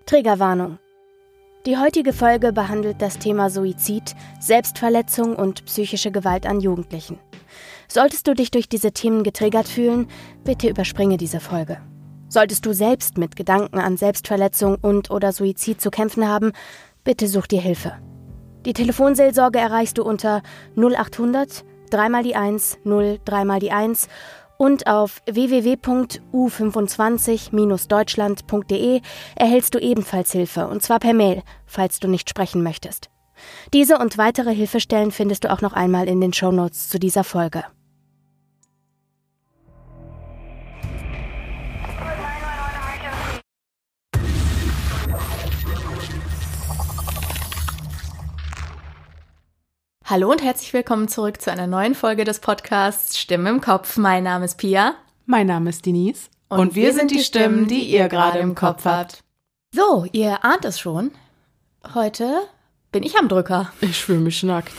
Triggerwarnung. Die heutige Folge behandelt das Thema Suizid, Selbstverletzung und psychische Gewalt an Jugendlichen. Solltest du dich durch diese Themen getriggert fühlen, bitte überspringe diese Folge. Solltest du selbst mit Gedanken an Selbstverletzung und/oder Suizid zu kämpfen haben, bitte such dir Hilfe. Die Telefonseelsorge erreichst du unter 0800 3 die 1 0 3 die 1 und auf www.u25-deutschland.de erhältst du ebenfalls Hilfe, und zwar per Mail, falls du nicht sprechen möchtest. Diese und weitere Hilfestellen findest du auch noch einmal in den Shownotes zu dieser Folge. Hallo und herzlich willkommen zurück zu einer neuen Folge des Podcasts Stimmen im Kopf. Mein Name ist Pia. Mein Name ist Denise. Und wir sind die Stimmen, die ihr gerade im Kopf habt. So, ihr ahnt es schon. Heute bin ich am Drücker. Ich fühle mich nackt.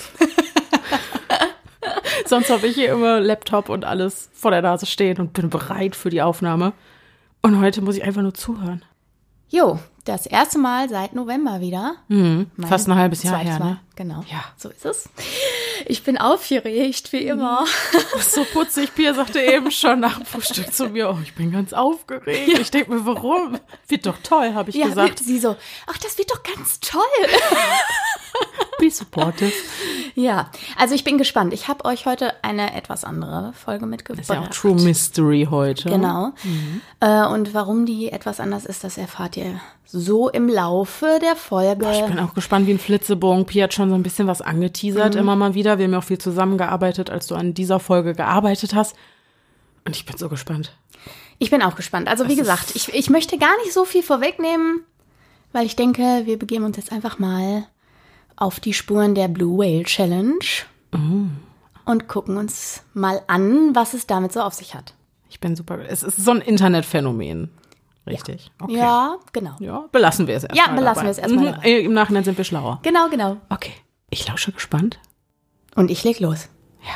Sonst habe ich hier immer Laptop und alles vor der Nase stehen und bin bereit für die Aufnahme. Und heute muss ich einfach nur zuhören. Jo, das erste Mal seit November wieder. Fast ein halbes Jahr her, ne? Genau, ja. So ist es. Ich bin aufgeregt, wie immer. Das ist so putzig. Pia sagte eben schon nach dem Frühstück zu mir, ich bin ganz aufgeregt. Ja. Ich denke mir, warum? Wird doch toll, habe ich gesagt. Sie so, das wird doch ganz toll. Be supportive. Ja, also ich bin gespannt. Ich habe euch heute eine etwas andere Folge mitgebracht. Das ist ja auch True Mystery heute. Genau. Und warum die etwas anders ist, das erfahrt ihr so im Laufe der Folge. Ich bin auch gespannt wie ein Flitzebogen. Pia hat schon so ein bisschen was angeteasert, immer mal wieder. Wir haben ja auch viel zusammengearbeitet, als du an dieser Folge gearbeitet hast. Und ich bin so gespannt. Ich bin auch gespannt. Also wie gesagt, ich möchte gar nicht so viel vorwegnehmen, weil ich denke, wir begeben uns jetzt einfach mal auf die Spuren der Blue Whale Challenge und gucken uns mal an, was es damit so auf sich hat. Ich bin super. Es ist so ein Internetphänomen. Richtig. Ja. Okay. Ja, genau. Ja, belassen wir es erstmal. Ja, belassen wir es erstmal. Im Nachhinein sind wir schlauer. Genau. Okay. Ich lausche gespannt. Und ich leg los. Ja.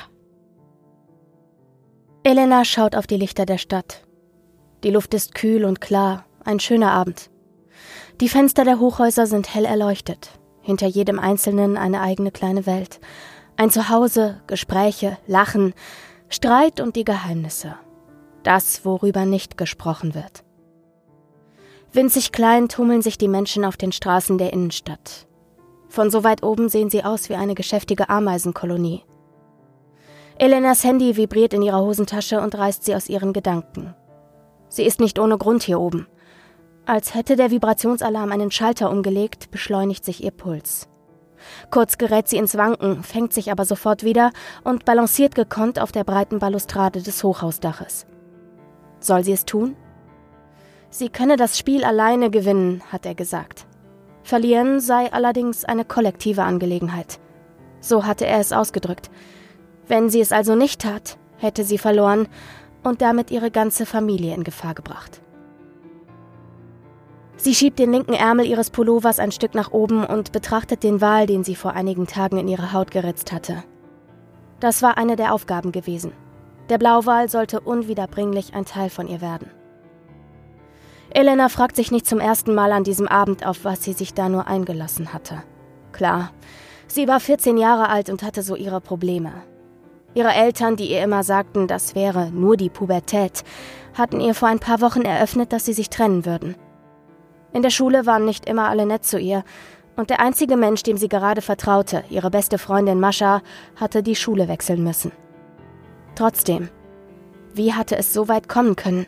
Elena schaut auf die Lichter der Stadt. Die Luft ist kühl und klar, ein schöner Abend. Die Fenster der Hochhäuser sind hell erleuchtet. Hinter jedem Einzelnen eine eigene kleine Welt. Ein Zuhause, Gespräche, Lachen, Streit und die Geheimnisse. Das, worüber nicht gesprochen wird. Winzig klein tummeln sich die Menschen auf den Straßen der Innenstadt. Von so weit oben sehen sie aus wie eine geschäftige Ameisenkolonie. Elenas Handy vibriert in ihrer Hosentasche und reißt sie aus ihren Gedanken. Sie ist nicht ohne Grund hier oben. Als hätte der Vibrationsalarm einen Schalter umgelegt, beschleunigt sich ihr Puls. Kurz gerät sie ins Wanken, fängt sich aber sofort wieder und balanciert gekonnt auf der breiten Balustrade des Hochhausdaches. Soll sie es tun? Sie könne das Spiel alleine gewinnen, hat er gesagt. Verlieren sei allerdings eine kollektive Angelegenheit. So hatte er es ausgedrückt. Wenn sie es also nicht tat, hätte sie verloren und damit ihre ganze Familie in Gefahr gebracht. Sie schiebt den linken Ärmel ihres Pullovers ein Stück nach oben und betrachtet den Wal, den sie vor einigen Tagen in ihre Haut geritzt hatte. Das war eine der Aufgaben gewesen. Der Blauwal sollte unwiederbringlich ein Teil von ihr werden. Elena fragt sich nicht zum ersten Mal an diesem Abend, auf was sie sich da nur eingelassen hatte. Klar, sie war 14 Jahre alt und hatte so ihre Probleme. Ihre Eltern, die ihr immer sagten, das wäre nur die Pubertät, hatten ihr vor ein paar Wochen eröffnet, dass sie sich trennen würden. In der Schule waren nicht immer alle nett zu ihr und der einzige Mensch, dem sie gerade vertraute, ihre beste Freundin Mascha, hatte die Schule wechseln müssen. Trotzdem, wie hatte es so weit kommen können?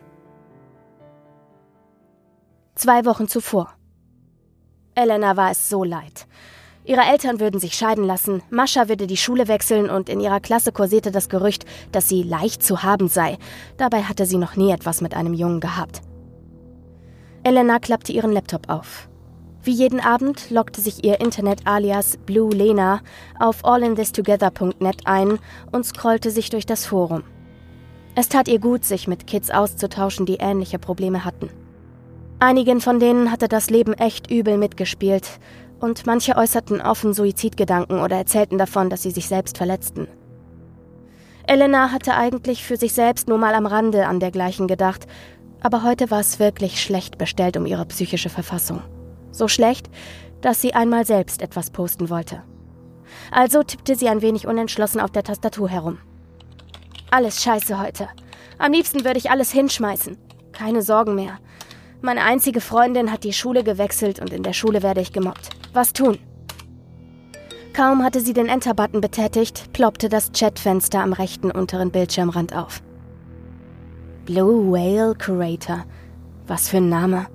2 Wochen zuvor. Elena war es so leid. Ihre Eltern würden sich scheiden lassen, Mascha würde die Schule wechseln und in ihrer Klasse kursierte das Gerücht, dass sie leicht zu haben sei. Dabei hatte sie noch nie etwas mit einem Jungen gehabt. Elena klappte ihren Laptop auf. Wie jeden Abend loggte sich ihr Internet-Alias Blue Lena auf allinthistogether.net ein und scrollte sich durch das Forum. Es tat ihr gut, sich mit Kids auszutauschen, die ähnliche Probleme hatten. Einigen von denen hatte das Leben echt übel mitgespielt und manche äußerten offen Suizidgedanken oder erzählten davon, dass sie sich selbst verletzten. Elena hatte eigentlich für sich selbst nur mal am Rande an dergleichen gedacht, aber heute war es wirklich schlecht bestellt um ihre psychische Verfassung. So schlecht, dass sie einmal selbst etwas posten wollte. Also tippte sie ein wenig unentschlossen auf der Tastatur herum. Alles scheiße heute. Am liebsten würde ich alles hinschmeißen. Keine Sorgen mehr. Meine einzige Freundin hat die Schule gewechselt und in der Schule werde ich gemobbt. Was tun? Kaum hatte sie den Enter-Button betätigt, ploppte das Chatfenster am rechten unteren Bildschirmrand auf. Blue Whale Curator. Was für ein Name.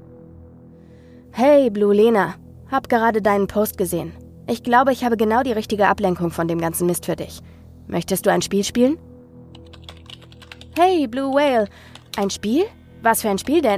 Hey, Blue Lena. Hab gerade deinen Post gesehen. Ich glaube, ich habe genau die richtige Ablenkung von dem ganzen Mist für dich. Möchtest du ein Spiel spielen? Hey, Blue Whale. Ein Spiel? Was für ein Spiel denn?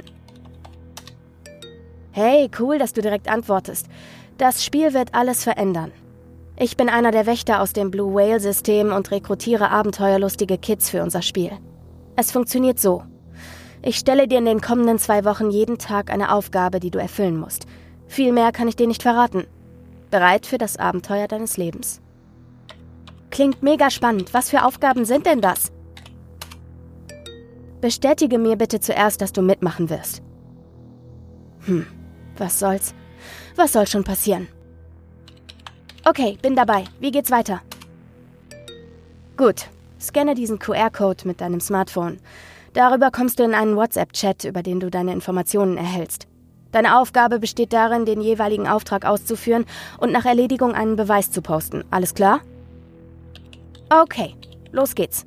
Hey, cool, dass du direkt antwortest. Das Spiel wird alles verändern. Ich bin einer der Wächter aus dem Blue Whale-System und rekrutiere abenteuerlustige Kids für unser Spiel. Es funktioniert so. Ich stelle dir in den kommenden 2 Wochen jeden Tag eine Aufgabe, die du erfüllen musst. Viel mehr kann ich dir nicht verraten. Bereit für das Abenteuer deines Lebens? Klingt mega spannend. Was für Aufgaben sind denn das? Bestätige mir bitte zuerst, dass du mitmachen wirst. Was soll's? Was soll schon passieren? Okay, bin dabei. Wie geht's weiter? Gut. Scanne diesen QR-Code mit deinem Smartphone. Darüber kommst du in einen WhatsApp-Chat, über den du deine Informationen erhältst. Deine Aufgabe besteht darin, den jeweiligen Auftrag auszuführen und nach Erledigung einen Beweis zu posten. Alles klar? Okay, los geht's.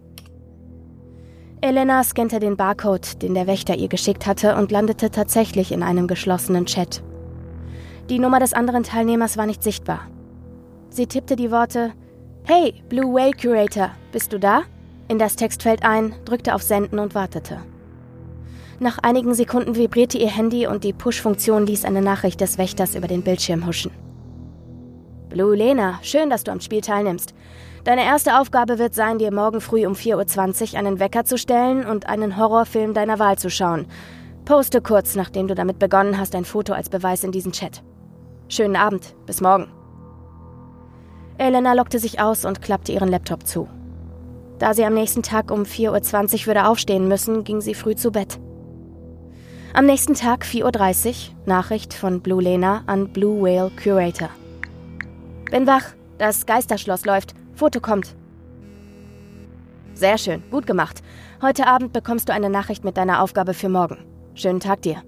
Elena scannte den Barcode, den der Wächter ihr geschickt hatte, und landete tatsächlich in einem geschlossenen Chat. Die Nummer des anderen Teilnehmers war nicht sichtbar. Sie tippte die Worte »Hey, Blue Whale Curator, bist du da?« in das Textfeld ein, drückte auf Senden und wartete. Nach einigen Sekunden vibrierte ihr Handy und die Push-Funktion ließ eine Nachricht des Wächters über den Bildschirm huschen. »Blue Lena, schön, dass du am Spiel teilnimmst. Deine erste Aufgabe wird sein, dir morgen früh um 4:20 Uhr einen Wecker zu stellen und einen Horrorfilm deiner Wahl zu schauen. Poste kurz, nachdem du damit begonnen hast, ein Foto als Beweis in diesen Chat. Schönen Abend, bis morgen.« Elena loggte sich aus und klappte ihren Laptop zu. Da sie am nächsten Tag um 4:20 Uhr würde aufstehen müssen, ging sie früh zu Bett. Am nächsten Tag 4:30 Uhr, Nachricht von Blue Lena an Blue Whale Curator. »Bin wach, das Geisterschloss läuft, Foto kommt.« »Sehr schön, gut gemacht. Heute Abend bekommst du eine Nachricht mit deiner Aufgabe für morgen. Schönen Tag dir.«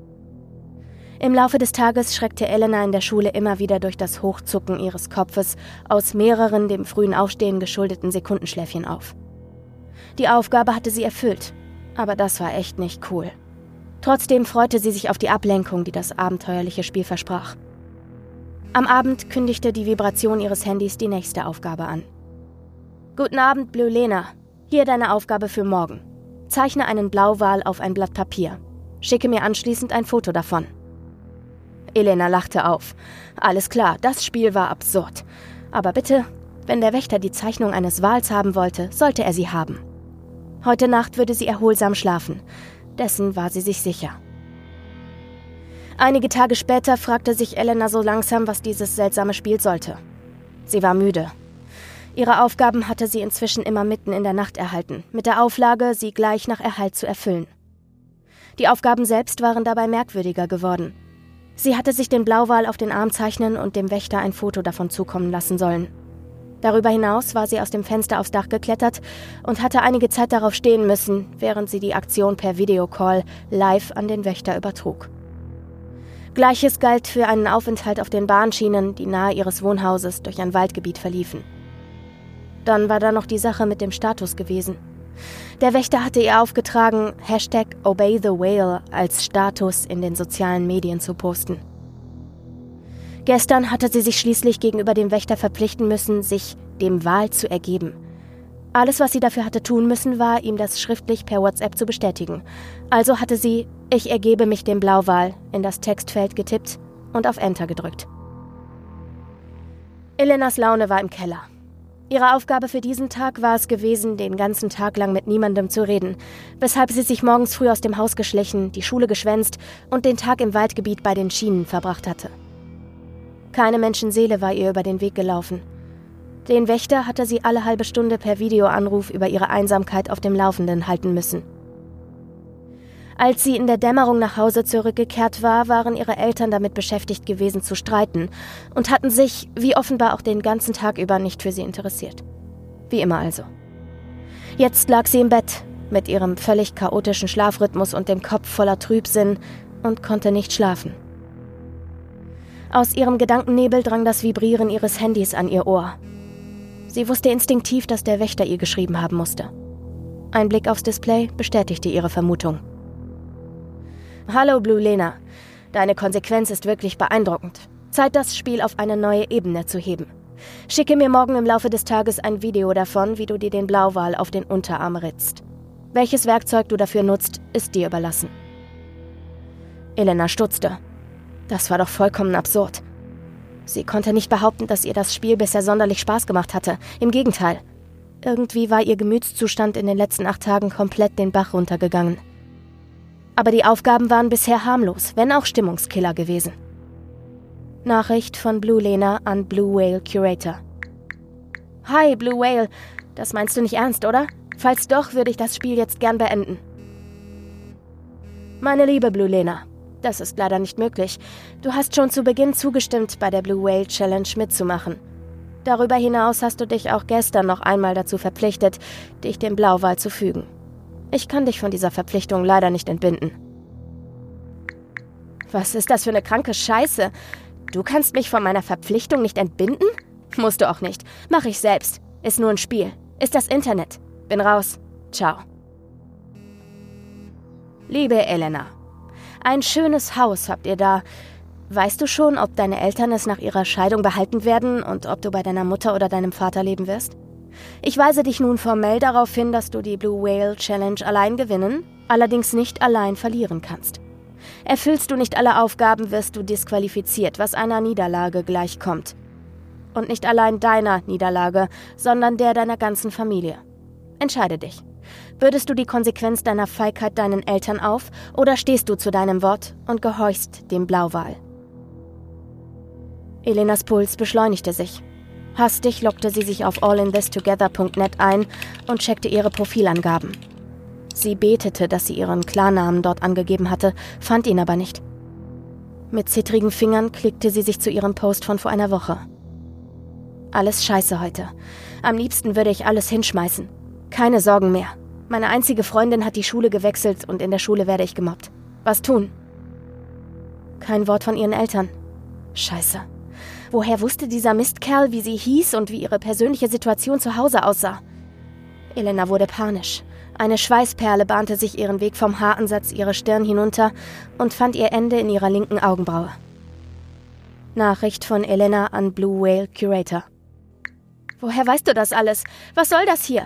Im Laufe des Tages schreckte Elena in der Schule immer wieder durch das Hochzucken ihres Kopfes aus mehreren dem frühen Aufstehen geschuldeten Sekundenschläfchen auf. Die Aufgabe hatte sie erfüllt, aber das war echt nicht cool. Trotzdem freute sie sich auf die Ablenkung, die das abenteuerliche Spiel versprach. Am Abend kündigte die Vibration ihres Handys die nächste Aufgabe an. »Guten Abend, Blue Lena. Hier deine Aufgabe für morgen. Zeichne einen Blauwal auf ein Blatt Papier. Schicke mir anschließend ein Foto davon.« Elena lachte auf. Alles klar, das Spiel war absurd. Aber bitte, wenn der Wächter die Zeichnung eines Wals haben wollte, sollte er sie haben. Heute Nacht würde sie erholsam schlafen. Dessen war sie sich sicher. Einige Tage später fragte sich Elena so langsam, was dieses seltsame Spiel sollte. Sie war müde. Ihre Aufgaben hatte sie inzwischen immer mitten in der Nacht erhalten, mit der Auflage, sie gleich nach Erhalt zu erfüllen. Die Aufgaben selbst waren dabei merkwürdiger geworden. Sie hatte sich den Blauwal auf den Arm zeichnen und dem Wächter ein Foto davon zukommen lassen sollen. Darüber hinaus war sie aus dem Fenster aufs Dach geklettert und hatte einige Zeit darauf stehen müssen, während sie die Aktion per Videocall live an den Wächter übertrug. Gleiches galt für einen Aufenthalt auf den Bahnschienen, die nahe ihres Wohnhauses durch ein Waldgebiet verliefen. Dann war da noch die Sache mit dem Status gewesen. Der Wächter hatte ihr aufgetragen, #ObeyTheWhale als Status in den sozialen Medien zu posten. Gestern hatte sie sich schließlich gegenüber dem Wächter verpflichten müssen, sich dem Wal zu ergeben. Alles, was sie dafür hatte tun müssen, war, ihm das schriftlich per WhatsApp zu bestätigen. Also hatte sie »Ich ergebe mich dem Blauwal« in das Textfeld getippt und auf Enter gedrückt. Elenas Laune war im Keller. Ihre Aufgabe für diesen Tag war es gewesen, den ganzen Tag lang mit niemandem zu reden, weshalb sie sich morgens früh aus dem Haus geschlichen, die Schule geschwänzt und den Tag im Waldgebiet bei den Schienen verbracht hatte. Keine Menschenseele war ihr über den Weg gelaufen. Den Wächter hatte sie alle halbe Stunde per Videoanruf über ihre Einsamkeit auf dem Laufenden halten müssen. Als sie in der Dämmerung nach Hause zurückgekehrt war, waren ihre Eltern damit beschäftigt gewesen zu streiten und hatten sich, wie offenbar auch den ganzen Tag über, nicht für sie interessiert. Wie immer also. Jetzt lag sie im Bett, mit ihrem völlig chaotischen Schlafrhythmus und dem Kopf voller Trübsinn und konnte nicht schlafen. Aus ihrem Gedankennebel drang das Vibrieren ihres Handys an ihr Ohr. Sie wusste instinktiv, dass der Wächter ihr geschrieben haben musste. Ein Blick aufs Display bestätigte ihre Vermutung. »Hallo, Blue Lena. Deine Konsequenz ist wirklich beeindruckend. Zeit, das Spiel auf eine neue Ebene zu heben. Schicke mir morgen im Laufe des Tages ein Video davon, wie du dir den Blauwal auf den Unterarm ritzt. Welches Werkzeug du dafür nutzt, ist dir überlassen.« Elena stutzte. Das war doch vollkommen absurd. Sie konnte nicht behaupten, dass ihr das Spiel bisher sonderlich Spaß gemacht hatte. Im Gegenteil. Irgendwie war ihr Gemütszustand in den letzten 8 Tagen komplett den Bach runtergegangen. Aber die Aufgaben waren bisher harmlos, wenn auch Stimmungskiller gewesen. Nachricht von Blue Lena an Blue Whale Curator. »Hi, Blue Whale. Das meinst du nicht ernst, oder? Falls doch, würde ich das Spiel jetzt gern beenden.« »Meine liebe Blue Lena, das ist leider nicht möglich. Du hast schon zu Beginn zugestimmt, bei der Blue Whale Challenge mitzumachen. Darüber hinaus hast du dich auch gestern noch einmal dazu verpflichtet, dich dem Blauwal zu fügen. Ich kann dich von dieser Verpflichtung leider nicht entbinden.« »Was ist das für eine kranke Scheiße? Du kannst mich von meiner Verpflichtung nicht entbinden? Musst du auch nicht. Mach ich selbst. Ist nur ein Spiel. Ist das Internet. Bin raus. Ciao.« »Liebe Elena, ein schönes Haus habt ihr da. Weißt du schon, ob deine Eltern es nach ihrer Scheidung behalten werden und ob du bei deiner Mutter oder deinem Vater leben wirst? Ich weise dich nun formell darauf hin, dass du die Blue Whale Challenge allein gewinnen, allerdings nicht allein verlieren kannst. Erfüllst du nicht alle Aufgaben, wirst du disqualifiziert, was einer Niederlage gleichkommt. Und nicht allein deiner Niederlage, sondern der deiner ganzen Familie. Entscheide dich. Würdest du die Konsequenz deiner Feigheit deinen Eltern auf oder stehst du zu deinem Wort und gehorchst dem Blauwal?« Elenas Puls beschleunigte sich. Hastig loggte sie sich auf allinthistogether.net ein und checkte ihre Profilangaben. Sie betete, dass sie ihren Klarnamen dort angegeben hatte, fand ihn aber nicht. Mit zittrigen Fingern klickte sie sich zu ihrem Post von vor einer Woche. »Alles scheiße heute. Am liebsten würde ich alles hinschmeißen. Keine Sorgen mehr. Meine einzige Freundin hat die Schule gewechselt und in der Schule werde ich gemobbt. Was tun?« Kein Wort von ihren Eltern. Scheiße. Woher wusste dieser Mistkerl, wie sie hieß und wie ihre persönliche Situation zu Hause aussah? Elena wurde panisch. Eine Schweißperle bahnte sich ihren Weg vom Haaransatz ihrer Stirn hinunter und fand ihr Ende in ihrer linken Augenbraue. Nachricht von Elena an Blue Whale Curator. »Woher weißt du das alles? Was soll das hier?«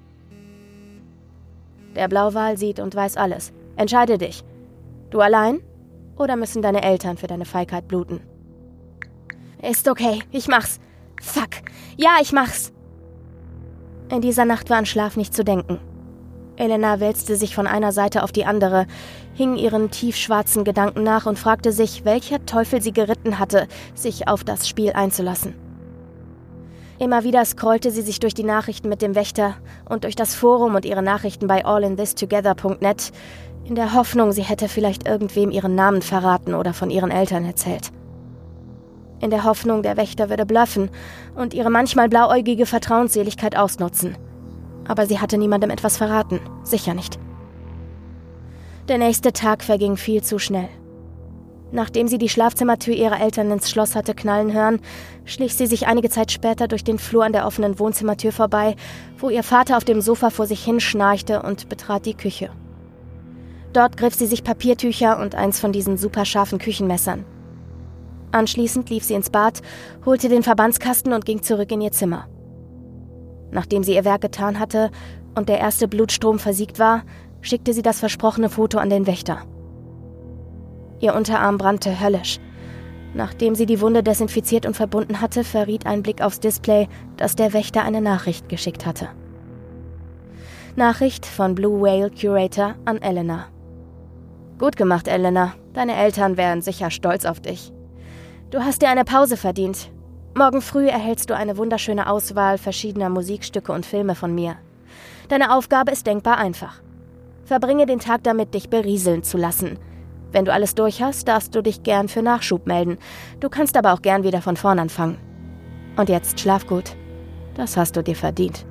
»Der Blauwal sieht und weiß alles. Entscheide dich. Du allein oder müssen deine Eltern für deine Feigheit bluten?« »Ist okay, ich mach's. Fuck. Ja, ich mach's.« In dieser Nacht war an Schlaf nicht zu denken. Elena wälzte sich von einer Seite auf die andere, hing ihren tiefschwarzen Gedanken nach und fragte sich, welcher Teufel sie geritten hatte, sich auf das Spiel einzulassen. Immer wieder scrollte sie sich durch die Nachrichten mit dem Wächter und durch das Forum und ihre Nachrichten bei allinthistogether.net, in der Hoffnung, sie hätte vielleicht irgendwem ihren Namen verraten oder von ihren Eltern erzählt. In der Hoffnung, der Wächter würde bluffen und ihre manchmal blauäugige Vertrauensseligkeit ausnutzen. Aber sie hatte niemandem etwas verraten, sicher nicht. Der nächste Tag verging viel zu schnell. Nachdem sie die Schlafzimmertür ihrer Eltern ins Schloss hatte knallen hören, schlich sie sich einige Zeit später durch den Flur an der offenen Wohnzimmertür vorbei, wo ihr Vater auf dem Sofa vor sich hin schnarchte und betrat die Küche. Dort griff sie sich Papiertücher und eins von diesen superscharfen Küchenmessern. Anschließend lief sie ins Bad, holte den Verbandskasten und ging zurück in ihr Zimmer. Nachdem sie ihr Werk getan hatte und der erste Blutstrom versiegt war, schickte sie das versprochene Foto an den Wächter. Ihr Unterarm brannte höllisch. Nachdem sie die Wunde desinfiziert und verbunden hatte, verriet ein Blick aufs Display, dass der Wächter eine Nachricht geschickt hatte. Nachricht von Blue Whale Curator an Elena. Gut gemacht, Elena. Deine Eltern wären sicher stolz auf dich. Du hast dir eine Pause verdient. Morgen früh erhältst du eine wunderschöne Auswahl verschiedener Musikstücke und Filme von mir. Deine Aufgabe ist denkbar einfach. Verbringe den Tag damit, dich berieseln zu lassen. Wenn du alles durch hast, darfst du dich gern für Nachschub melden. Du kannst aber auch gern wieder von vorn anfangen. Und jetzt schlaf gut. Das hast du dir verdient.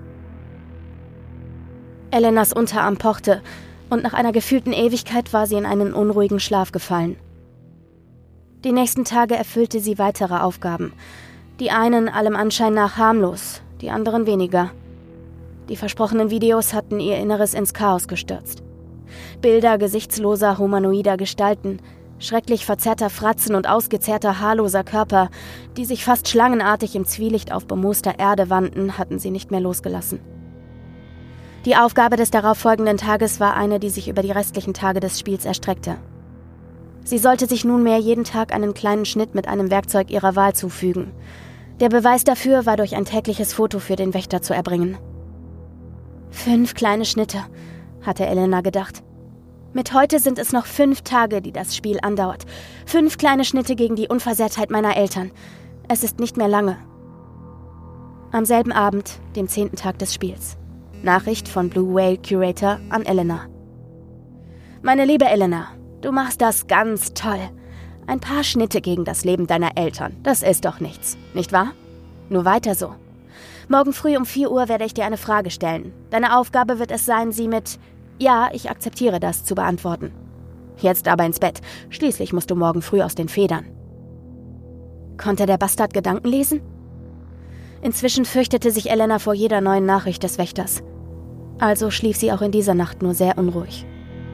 Elenas Unterarm pochte und nach einer gefühlten Ewigkeit war sie in einen unruhigen Schlaf gefallen. Die nächsten Tage erfüllte sie weitere Aufgaben. Die einen allem Anschein nach harmlos, die anderen weniger. Die versprochenen Videos hatten ihr Inneres ins Chaos gestürzt. Bilder gesichtsloser, humanoider Gestalten, schrecklich verzerrter Fratzen und ausgezehrter, haarloser Körper, die sich fast schlangenartig im Zwielicht auf bemooster Erde wanden, hatten sie nicht mehr losgelassen. Die Aufgabe des darauffolgenden Tages war eine, die sich über die restlichen Tage des Spiels erstreckte. Sie sollte sich nunmehr jeden Tag einen kleinen Schnitt mit einem Werkzeug ihrer Wahl zufügen. Der Beweis dafür war durch ein tägliches Foto für den Wächter zu erbringen. 5 kleine Schnitte, hatte Elena gedacht. Mit heute sind es noch 5 Tage, die das Spiel andauert. 5 kleine Schnitte gegen die Unversehrtheit meiner Eltern. Es ist nicht mehr lange. Am selben Abend, dem 10. Tag des Spiels. Nachricht von Blue Whale Curator an Elena. Meine liebe Elena, du machst das ganz toll. Ein paar Schnitte gegen das Leben deiner Eltern, das ist doch nichts, nicht wahr? Nur weiter so. Morgen früh um 4 Uhr werde ich dir eine Frage stellen. Deine Aufgabe wird es sein, sie mit »Ja, ich akzeptiere das« zu beantworten. Jetzt aber ins Bett. Schließlich musst du morgen früh aus den Federn. Konnte der Bastard Gedanken lesen? Inzwischen fürchtete sich Elena vor jeder neuen Nachricht des Wächters. Also schlief sie auch in dieser Nacht nur sehr unruhig.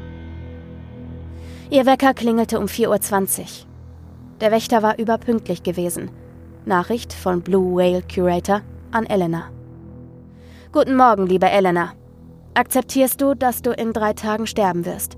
Ihr Wecker klingelte um 4:20 Uhr. Der Wächter war überpünktlich gewesen. Nachricht von Blue Whale Curator an Elena. Guten Morgen, liebe Elena. Akzeptierst du, dass du in 3 Tagen sterben wirst?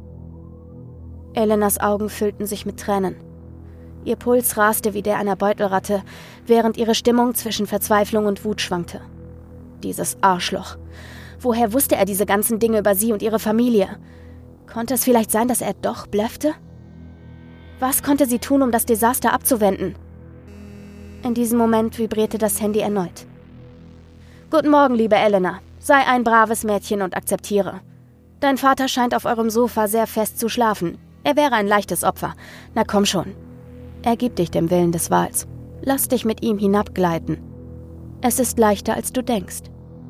Elenas Augen füllten sich mit Tränen. Ihr Puls raste wie der einer Beutelratte, während ihre Stimmung zwischen Verzweiflung und Wut schwankte. Dieses Arschloch. Woher wusste er diese ganzen Dinge über sie und ihre Familie? Konnte es vielleicht sein, dass er doch bluffte? Was konnte sie tun, um das Desaster abzuwenden? In diesem Moment vibrierte das Handy erneut. Guten Morgen, liebe Elena. Sei ein braves Mädchen und akzeptiere. Dein Vater scheint auf eurem Sofa sehr fest zu schlafen. Er wäre ein leichtes Opfer. Na komm schon. Ergib dich dem Willen des Wals. Lass dich mit ihm hinabgleiten. Es ist leichter, als du denkst.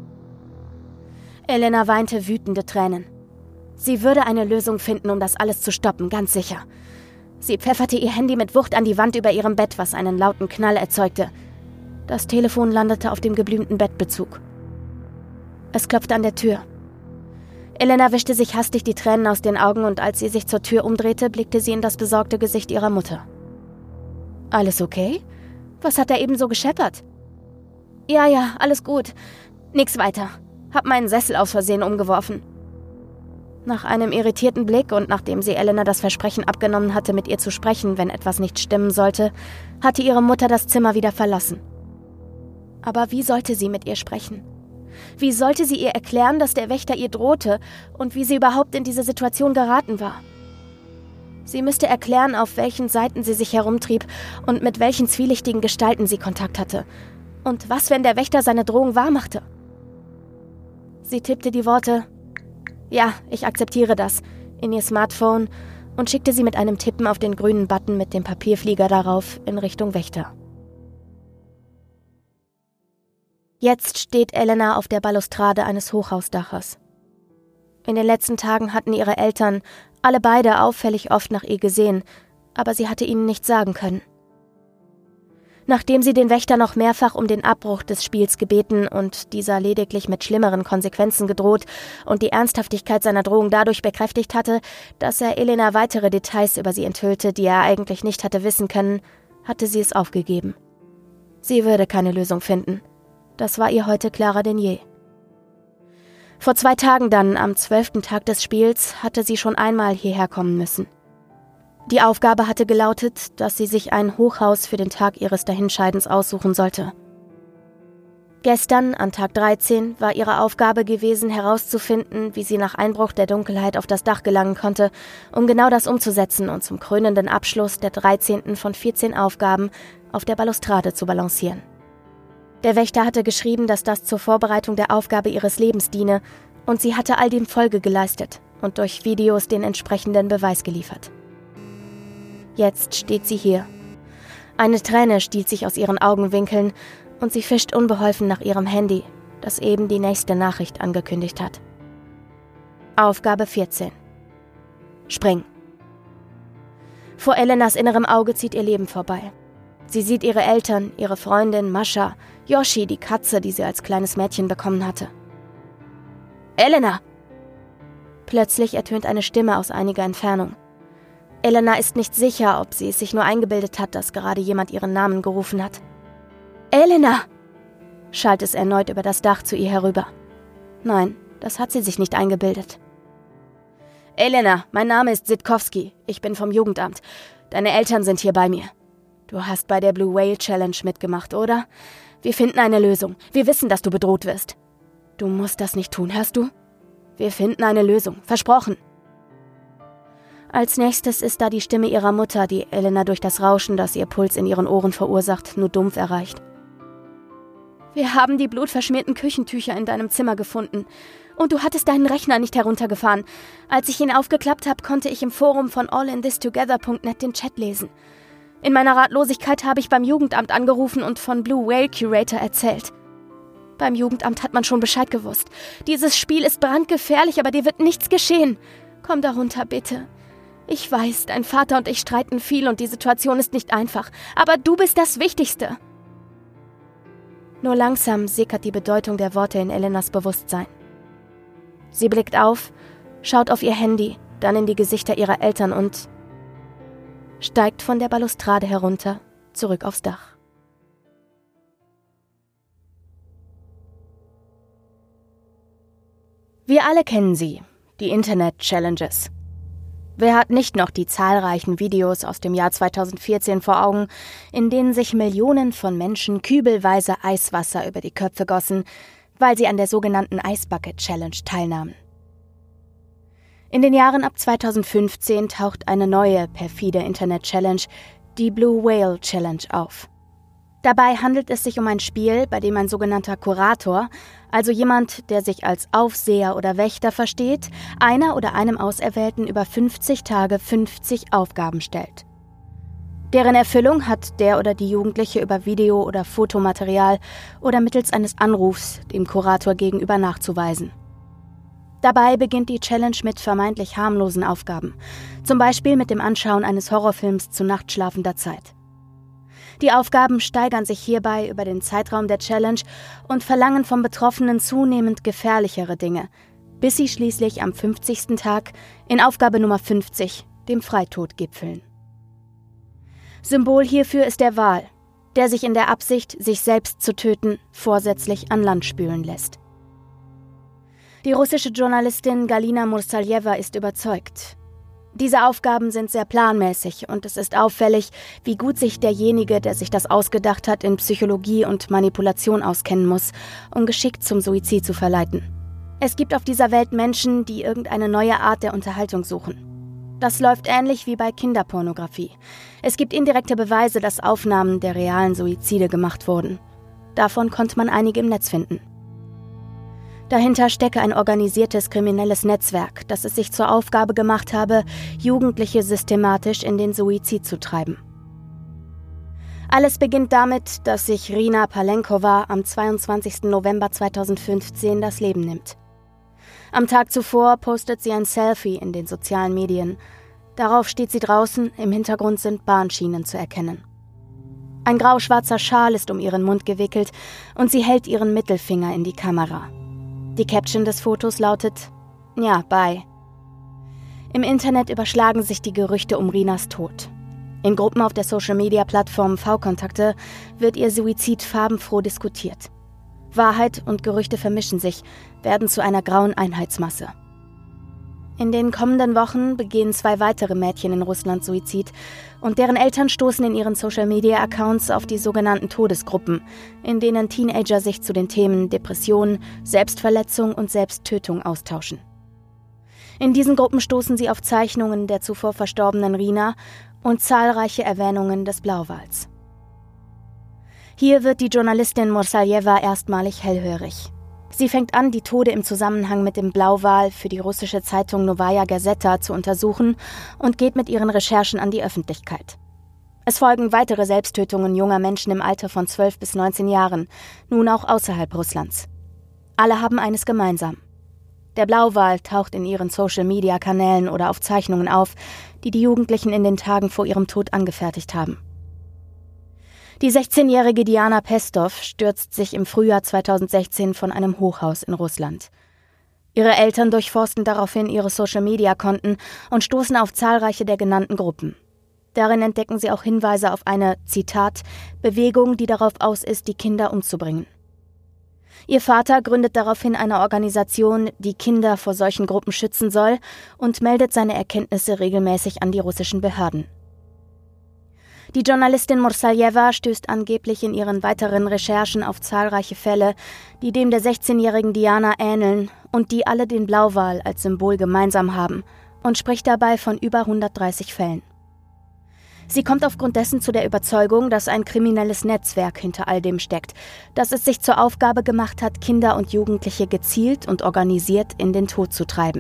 Elena weinte wütende Tränen. Sie würde eine Lösung finden, um das alles zu stoppen, ganz sicher. Sie pfefferte ihr Handy mit Wucht an die Wand über ihrem Bett, was einen lauten Knall erzeugte. Das Telefon landete auf dem geblümten Bettbezug. Es klopfte an der Tür. Elena wischte sich hastig die Tränen aus den Augen und als sie sich zur Tür umdrehte, blickte sie in das besorgte Gesicht ihrer Mutter. Alles okay? Was hat er eben so gescheppert? Ja, alles gut. Nix weiter. Hab meinen Sessel aus Versehen umgeworfen. Nach einem irritierten Blick und nachdem sie Elena das Versprechen abgenommen hatte, mit ihr zu sprechen, wenn etwas nicht stimmen sollte, hatte ihre Mutter das Zimmer wieder verlassen. Aber wie sollte sie mit ihr sprechen? Wie sollte sie ihr erklären, dass der Wächter ihr drohte und wie sie überhaupt in diese Situation geraten war? Sie müsste erklären, auf welchen Seiten sie sich herumtrieb und mit welchen zwielichtigen Gestalten sie Kontakt hatte. Und was, wenn der Wächter seine Drohung wahrmachte? Sie tippte die Worte »Ja, ich akzeptiere das« in ihr Smartphone und schickte sie mit einem Tippen auf den grünen Button mit dem Papierflieger darauf in Richtung Wächter. Jetzt steht Elena auf der Balustrade eines Hochhausdaches. In den letzten Tagen hatten ihre Eltern, alle beide, auffällig oft nach ihr gesehen, aber sie hatte ihnen nichts sagen können. Nachdem sie den Wächter noch mehrfach um den Abbruch des Spiels gebeten und dieser lediglich mit schlimmeren Konsequenzen gedroht und die Ernsthaftigkeit seiner Drohung dadurch bekräftigt hatte, dass er Elena weitere Details über sie enthüllte, die er eigentlich nicht hatte wissen können, hatte sie es aufgegeben. Sie würde keine Lösung finden. Das war ihr heute klarer denn je. Vor 2 Tagen dann, am 12. Tag des Spiels, hatte sie schon einmal hierher kommen müssen. Die Aufgabe hatte gelautet, dass sie sich ein Hochhaus für den Tag ihres Dahinscheidens aussuchen sollte. Gestern, an Tag 13, war ihre Aufgabe gewesen, herauszufinden, wie sie nach Einbruch der Dunkelheit auf das Dach gelangen konnte, um genau das umzusetzen und zum krönenden Abschluss der 13. von 14 Aufgaben auf der Balustrade zu balancieren. Der Wächter hatte geschrieben, dass das zur Vorbereitung der Aufgabe ihres Lebens diene, und sie hatte all dem Folge geleistet, und durch Videos den entsprechenden Beweis geliefert. Jetzt steht sie hier. Eine Träne stiehlt sich aus ihren Augenwinkeln und sie fischt unbeholfen nach ihrem Handy, das eben die nächste Nachricht angekündigt hat. Aufgabe 14. Spring. Vor Elenas innerem Auge zieht ihr Leben vorbei. Sie sieht ihre Eltern, ihre Freundin Mascha, Yoshi, die Katze, die sie als kleines Mädchen bekommen hatte. Elena! Plötzlich ertönt eine Stimme aus einiger Entfernung. Elena ist nicht sicher, ob sie es sich nur eingebildet hat, dass gerade jemand ihren Namen gerufen hat. Elena! Schallt es erneut über das Dach zu ihr herüber. Nein, das hat sie sich nicht eingebildet. Elena, mein Name ist Sitkowski. Ich bin vom Jugendamt. Deine Eltern sind hier bei mir. Du hast bei der Blue Whale Challenge mitgemacht, oder? Wir finden eine Lösung. Wir wissen, dass du bedroht wirst. Du musst das nicht tun, hörst du? Wir finden eine Lösung. Versprochen. Als nächstes ist da die Stimme ihrer Mutter, die Elena durch das Rauschen, das ihr Puls in ihren Ohren verursacht, nur dumpf erreicht. Wir haben die blutverschmierten Küchentücher in deinem Zimmer gefunden. Und du hattest deinen Rechner nicht heruntergefahren. Als ich ihn aufgeklappt habe, konnte ich im Forum von allinthistogether.net den Chat lesen. In meiner Ratlosigkeit habe ich beim Jugendamt angerufen und von Blue Whale Curator erzählt. Beim Jugendamt hat man schon Bescheid gewusst. Dieses Spiel ist brandgefährlich, aber dir wird nichts geschehen. Komm da runter, bitte. Ich weiß, dein Vater und ich streiten viel und die Situation ist nicht einfach. Aber du bist das Wichtigste. Nur langsam sickert die Bedeutung der Worte in Elenas Bewusstsein. Sie blickt auf, schaut auf ihr Handy, dann in die Gesichter ihrer Eltern und steigt von der Balustrade herunter, zurück aufs Dach. Wir alle kennen sie, die Internet-Challenges. Wer hat nicht noch die zahlreichen Videos aus dem Jahr 2014 vor Augen, in denen sich Millionen von Menschen kübelweise Eiswasser über die Köpfe gossen, weil sie an der sogenannten Ice Bucket Challenge teilnahmen. In den Jahren ab 2015 taucht eine neue, perfide Internet-Challenge, die Blue Whale Challenge, auf. Dabei handelt es sich um ein Spiel, bei dem ein sogenannter Kurator, also jemand, der sich als Aufseher oder Wächter versteht, einer oder einem Auserwählten über 50 Tage 50 Aufgaben stellt. Deren Erfüllung hat der oder die Jugendliche über Video- oder Fotomaterial oder mittels eines Anrufs dem Kurator gegenüber nachzuweisen. Dabei beginnt die Challenge mit vermeintlich harmlosen Aufgaben, zum Beispiel mit dem Anschauen eines Horrorfilms zu nachtschlafender Zeit. Die Aufgaben steigern sich hierbei über den Zeitraum der Challenge und verlangen vom Betroffenen zunehmend gefährlichere Dinge, bis sie schließlich am 50. Tag in Aufgabe Nummer 50, dem Freitod, gipfeln. Symbol hierfür ist der Wal, der sich in der Absicht, sich selbst zu töten, vorsätzlich an Land spülen lässt. Die russische Journalistin Galina Mursaljewa ist überzeugt. Diese Aufgaben sind sehr planmäßig und es ist auffällig, wie gut sich derjenige, der sich das ausgedacht hat, in Psychologie und Manipulation auskennen muss, um geschickt zum Suizid zu verleiten. Es gibt auf dieser Welt Menschen, die irgendeine neue Art der Unterhaltung suchen. Das läuft ähnlich wie bei Kinderpornografie. Es gibt indirekte Beweise, dass Aufnahmen der realen Suizide gemacht wurden. Davon konnte man einige im Netz finden. Dahinter stecke ein organisiertes kriminelles Netzwerk, das es sich zur Aufgabe gemacht habe, Jugendliche systematisch in den Suizid zu treiben. Alles beginnt damit, dass sich Rina Palenkova am 22. November 2015 das Leben nimmt. Am Tag zuvor postet sie ein Selfie in den sozialen Medien. Darauf steht sie draußen, im Hintergrund sind Bahnschienen zu erkennen. Ein grauschwarzer Schal ist um ihren Mund gewickelt und sie hält ihren Mittelfinger in die Kamera. Die Caption des Fotos lautet: Ja, bye. Im Internet überschlagen sich die Gerüchte um Rinas Tod. In Gruppen auf der Social-Media-Plattform V-Kontakte wird ihr Suizid farbenfroh diskutiert. Wahrheit und Gerüchte vermischen sich, werden zu einer grauen Einheitsmasse. In den kommenden Wochen begehen 2 weitere Mädchen in Russland Suizid und deren Eltern stoßen in ihren Social-Media-Accounts auf die sogenannten Todesgruppen, in denen Teenager sich zu den Themen Depression, Selbstverletzung und Selbsttötung austauschen. In diesen Gruppen stoßen sie auf Zeichnungen der zuvor verstorbenen Rina und zahlreiche Erwähnungen des Blauwals. Hier wird die Journalistin Mursaljewa erstmalig hellhörig. Sie fängt an, die Tode im Zusammenhang mit dem Blauwal für die russische Zeitung Novaya Gazeta zu untersuchen und geht mit ihren Recherchen an die Öffentlichkeit. Es folgen weitere Selbsttötungen junger Menschen im Alter von 12 bis 19 Jahren, nun auch außerhalb Russlands. Alle haben eines gemeinsam. Der Blauwal taucht in ihren Social-Media-Kanälen oder auf Zeichnungen auf, die die Jugendlichen in den Tagen vor ihrem Tod angefertigt haben. Die 16-jährige Diana Pestov stürzt sich im Frühjahr 2016 von einem Hochhaus in Russland. Ihre Eltern durchforsten daraufhin ihre Social-Media-Konten und stoßen auf zahlreiche der genannten Gruppen. Darin entdecken sie auch Hinweise auf eine, Zitat, Bewegung, die darauf aus ist, die Kinder umzubringen. Ihr Vater gründet daraufhin eine Organisation, die Kinder vor solchen Gruppen schützen soll und meldet seine Erkenntnisse regelmäßig an die russischen Behörden. Die Journalistin Mursaljewa stößt angeblich in ihren weiteren Recherchen auf zahlreiche Fälle, die dem der 16-jährigen Diana ähneln und die alle den Blauwal als Symbol gemeinsam haben und spricht dabei von über 130 Fällen. Sie kommt aufgrund dessen zu der Überzeugung, dass ein kriminelles Netzwerk hinter all dem steckt, das es sich zur Aufgabe gemacht hat, Kinder und Jugendliche gezielt und organisiert in den Tod zu treiben.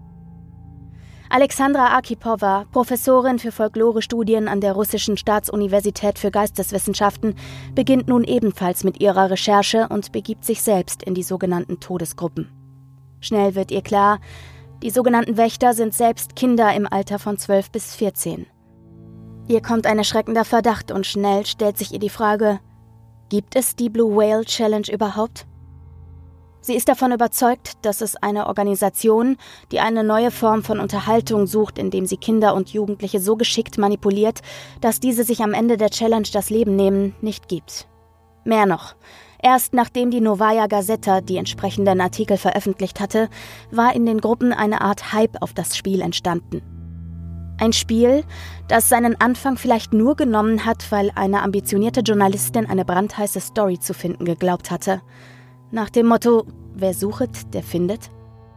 Alexandra Arkhipova, Professorin für Folklore-Studien an der Russischen Staatsuniversität für Geisteswissenschaften, beginnt nun ebenfalls mit ihrer Recherche und begibt sich selbst in die sogenannten Todesgruppen. Schnell wird ihr klar, die sogenannten Wächter sind selbst Kinder im Alter von 12 bis 14. Ihr kommt ein erschreckender Verdacht und schnell stellt sich ihr die Frage, gibt es die Blue Whale Challenge überhaupt? Sie ist davon überzeugt, dass es eine Organisation, die eine neue Form von Unterhaltung sucht, indem sie Kinder und Jugendliche so geschickt manipuliert, dass diese sich am Ende der Challenge das Leben nehmen, nicht gibt. Mehr noch, erst nachdem die Novaya Gazeta die entsprechenden Artikel veröffentlicht hatte, war in den Gruppen eine Art Hype auf das Spiel entstanden. Ein Spiel, das seinen Anfang vielleicht nur genommen hat, weil eine ambitionierte Journalistin eine brandheiße Story zu finden geglaubt hatte. Nach dem Motto, wer suchet, der findet.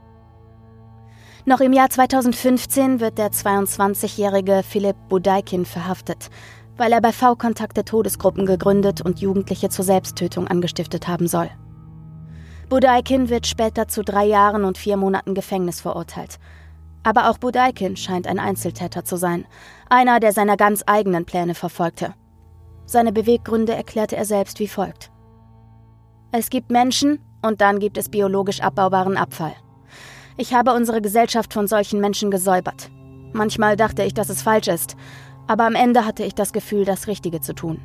Noch im Jahr 2015 wird der 22-jährige Filip Budeikin verhaftet, weil er bei V-Kontakte Todesgruppen gegründet und Jugendliche zur Selbsttötung angestiftet haben soll. Budeikin wird später zu 3 Jahren und 4 Monaten Gefängnis verurteilt. Aber auch Budeikin scheint ein Einzeltäter zu sein, einer, der seine ganz eigenen Pläne verfolgte. Seine Beweggründe erklärte er selbst wie folgt. Es gibt Menschen und dann gibt es biologisch abbaubaren Abfall. Ich habe unsere Gesellschaft von solchen Menschen gesäubert. Manchmal dachte ich, dass es falsch ist, aber am Ende hatte ich das Gefühl, das Richtige zu tun.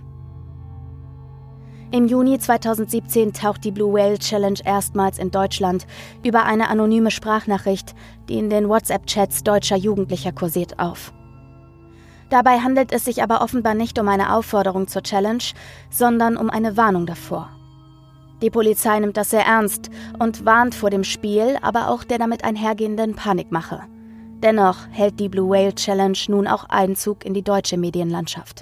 Im Juni 2017 taucht die Blue Whale Challenge erstmals in Deutschland über eine anonyme Sprachnachricht, die in den WhatsApp-Chats deutscher Jugendlicher kursiert, auf. Dabei handelt es sich aber offenbar nicht um eine Aufforderung zur Challenge, sondern um eine Warnung davor. Die Polizei nimmt das sehr ernst und warnt vor dem Spiel, aber auch der damit einhergehenden Panikmache. Dennoch hält die Blue Whale Challenge nun auch Einzug in die deutsche Medienlandschaft.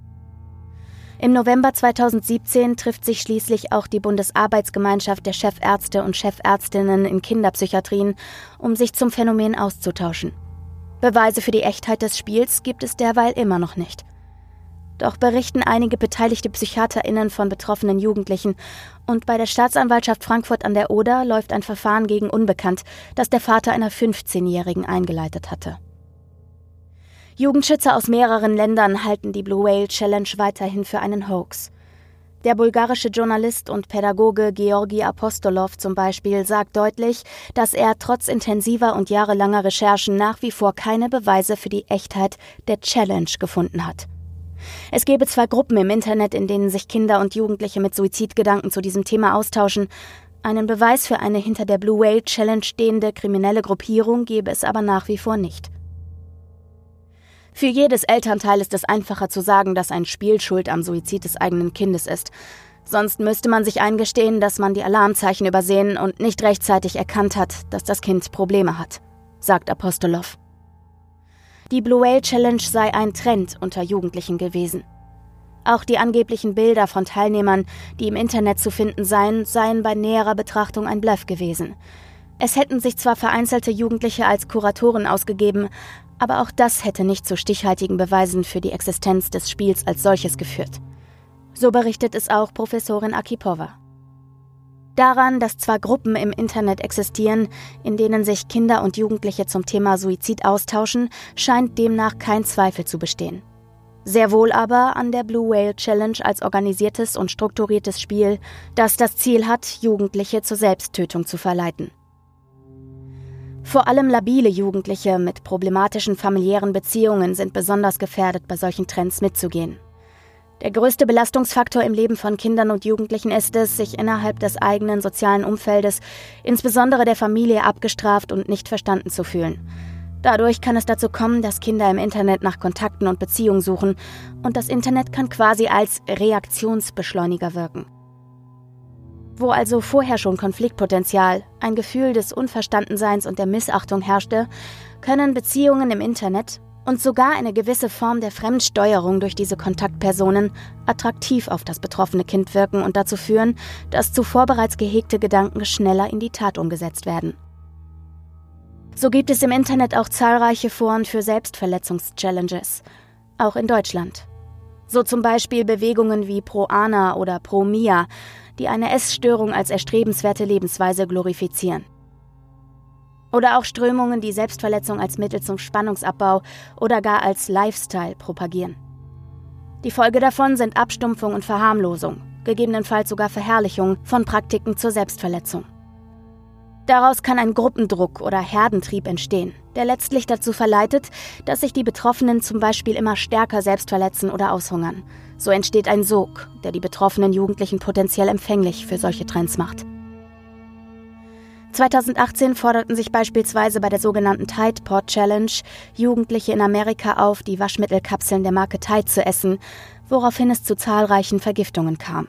Im November 2017 trifft sich schließlich auch die Bundesarbeitsgemeinschaft der Chefärzte und Chefärztinnen in Kinderpsychiatrien, um sich zum Phänomen auszutauschen. Beweise für die Echtheit des Spiels gibt es derweil immer noch nicht. Doch berichten einige beteiligte PsychiaterInnen von betroffenen Jugendlichen und bei der Staatsanwaltschaft Frankfurt an der Oder läuft ein Verfahren gegen Unbekannt, das der Vater einer 15-Jährigen eingeleitet hatte. Jugendschützer aus mehreren Ländern halten die Blue Whale Challenge weiterhin für einen Hoax. Der bulgarische Journalist und Pädagoge Georgi Apostolov zum Beispiel sagt deutlich, dass er trotz intensiver und jahrelanger Recherchen nach wie vor keine Beweise für die Echtheit der Challenge gefunden hat. Es gebe zwar Gruppen im Internet, in denen sich Kinder und Jugendliche mit Suizidgedanken zu diesem Thema austauschen, einen Beweis für eine hinter der Blue Whale Challenge stehende kriminelle Gruppierung gebe es aber nach wie vor nicht. Für jedes Elternteil ist es einfacher zu sagen, dass ein Spiel schuld am Suizid des eigenen Kindes ist. Sonst müsste man sich eingestehen, dass man die Alarmzeichen übersehen und nicht rechtzeitig erkannt hat, dass das Kind Probleme hat, sagt Apostolov. Die Blue Whale Challenge sei ein Trend unter Jugendlichen gewesen. Auch die angeblichen Bilder von Teilnehmern, die im Internet zu finden seien bei näherer Betrachtung ein Bluff gewesen. Es hätten sich zwar vereinzelte Jugendliche als Kuratoren ausgegeben, aber auch das hätte nicht zu stichhaltigen Beweisen für die Existenz des Spiels als solches geführt. So berichtet es auch Professorin Arkhipova. Daran, dass zwar Gruppen im Internet existieren, in denen sich Kinder und Jugendliche zum Thema Suizid austauschen, scheint demnach kein Zweifel zu bestehen. Sehr wohl aber an der Blue Whale Challenge als organisiertes und strukturiertes Spiel, das das Ziel hat, Jugendliche zur Selbsttötung zu verleiten. Vor allem labile Jugendliche mit problematischen familiären Beziehungen sind besonders gefährdet, bei solchen Trends mitzugehen. Der größte Belastungsfaktor im Leben von Kindern und Jugendlichen ist es, sich innerhalb des eigenen sozialen Umfeldes, insbesondere der Familie, abgestraft und nicht verstanden zu fühlen. Dadurch kann es dazu kommen, dass Kinder im Internet nach Kontakten und Beziehungen suchen und das Internet kann quasi als Reaktionsbeschleuniger wirken. Wo also vorher schon Konfliktpotenzial, ein Gefühl des Unverstandenseins und der Missachtung herrschte, können Beziehungen im Internet und sogar eine gewisse Form der Fremdsteuerung durch diese Kontaktpersonen attraktiv auf das betroffene Kind wirken und dazu führen, dass zuvor bereits gehegte Gedanken schneller in die Tat umgesetzt werden. So gibt es im Internet auch zahlreiche Foren für Selbstverletzungs-Challenges, auch in Deutschland. So zum Beispiel Bewegungen wie Pro Ana oder Pro Mia, die eine Essstörung als erstrebenswerte Lebensweise glorifizieren. Oder auch Strömungen, die Selbstverletzung als Mittel zum Spannungsabbau oder gar als Lifestyle propagieren. Die Folge davon sind Abstumpfung und Verharmlosung, gegebenenfalls sogar Verherrlichung von Praktiken zur Selbstverletzung. Daraus kann ein Gruppendruck oder Herdentrieb entstehen, der letztlich dazu verleitet, dass sich die Betroffenen zum Beispiel immer stärker selbst verletzen oder aushungern. So entsteht ein Sog, der die betroffenen Jugendlichen potenziell empfänglich für solche Trends macht. 2018 forderten sich beispielsweise bei der sogenannten Tide Pod Challenge Jugendliche in Amerika auf, die Waschmittelkapseln der Marke Tide zu essen, woraufhin es zu zahlreichen Vergiftungen kam.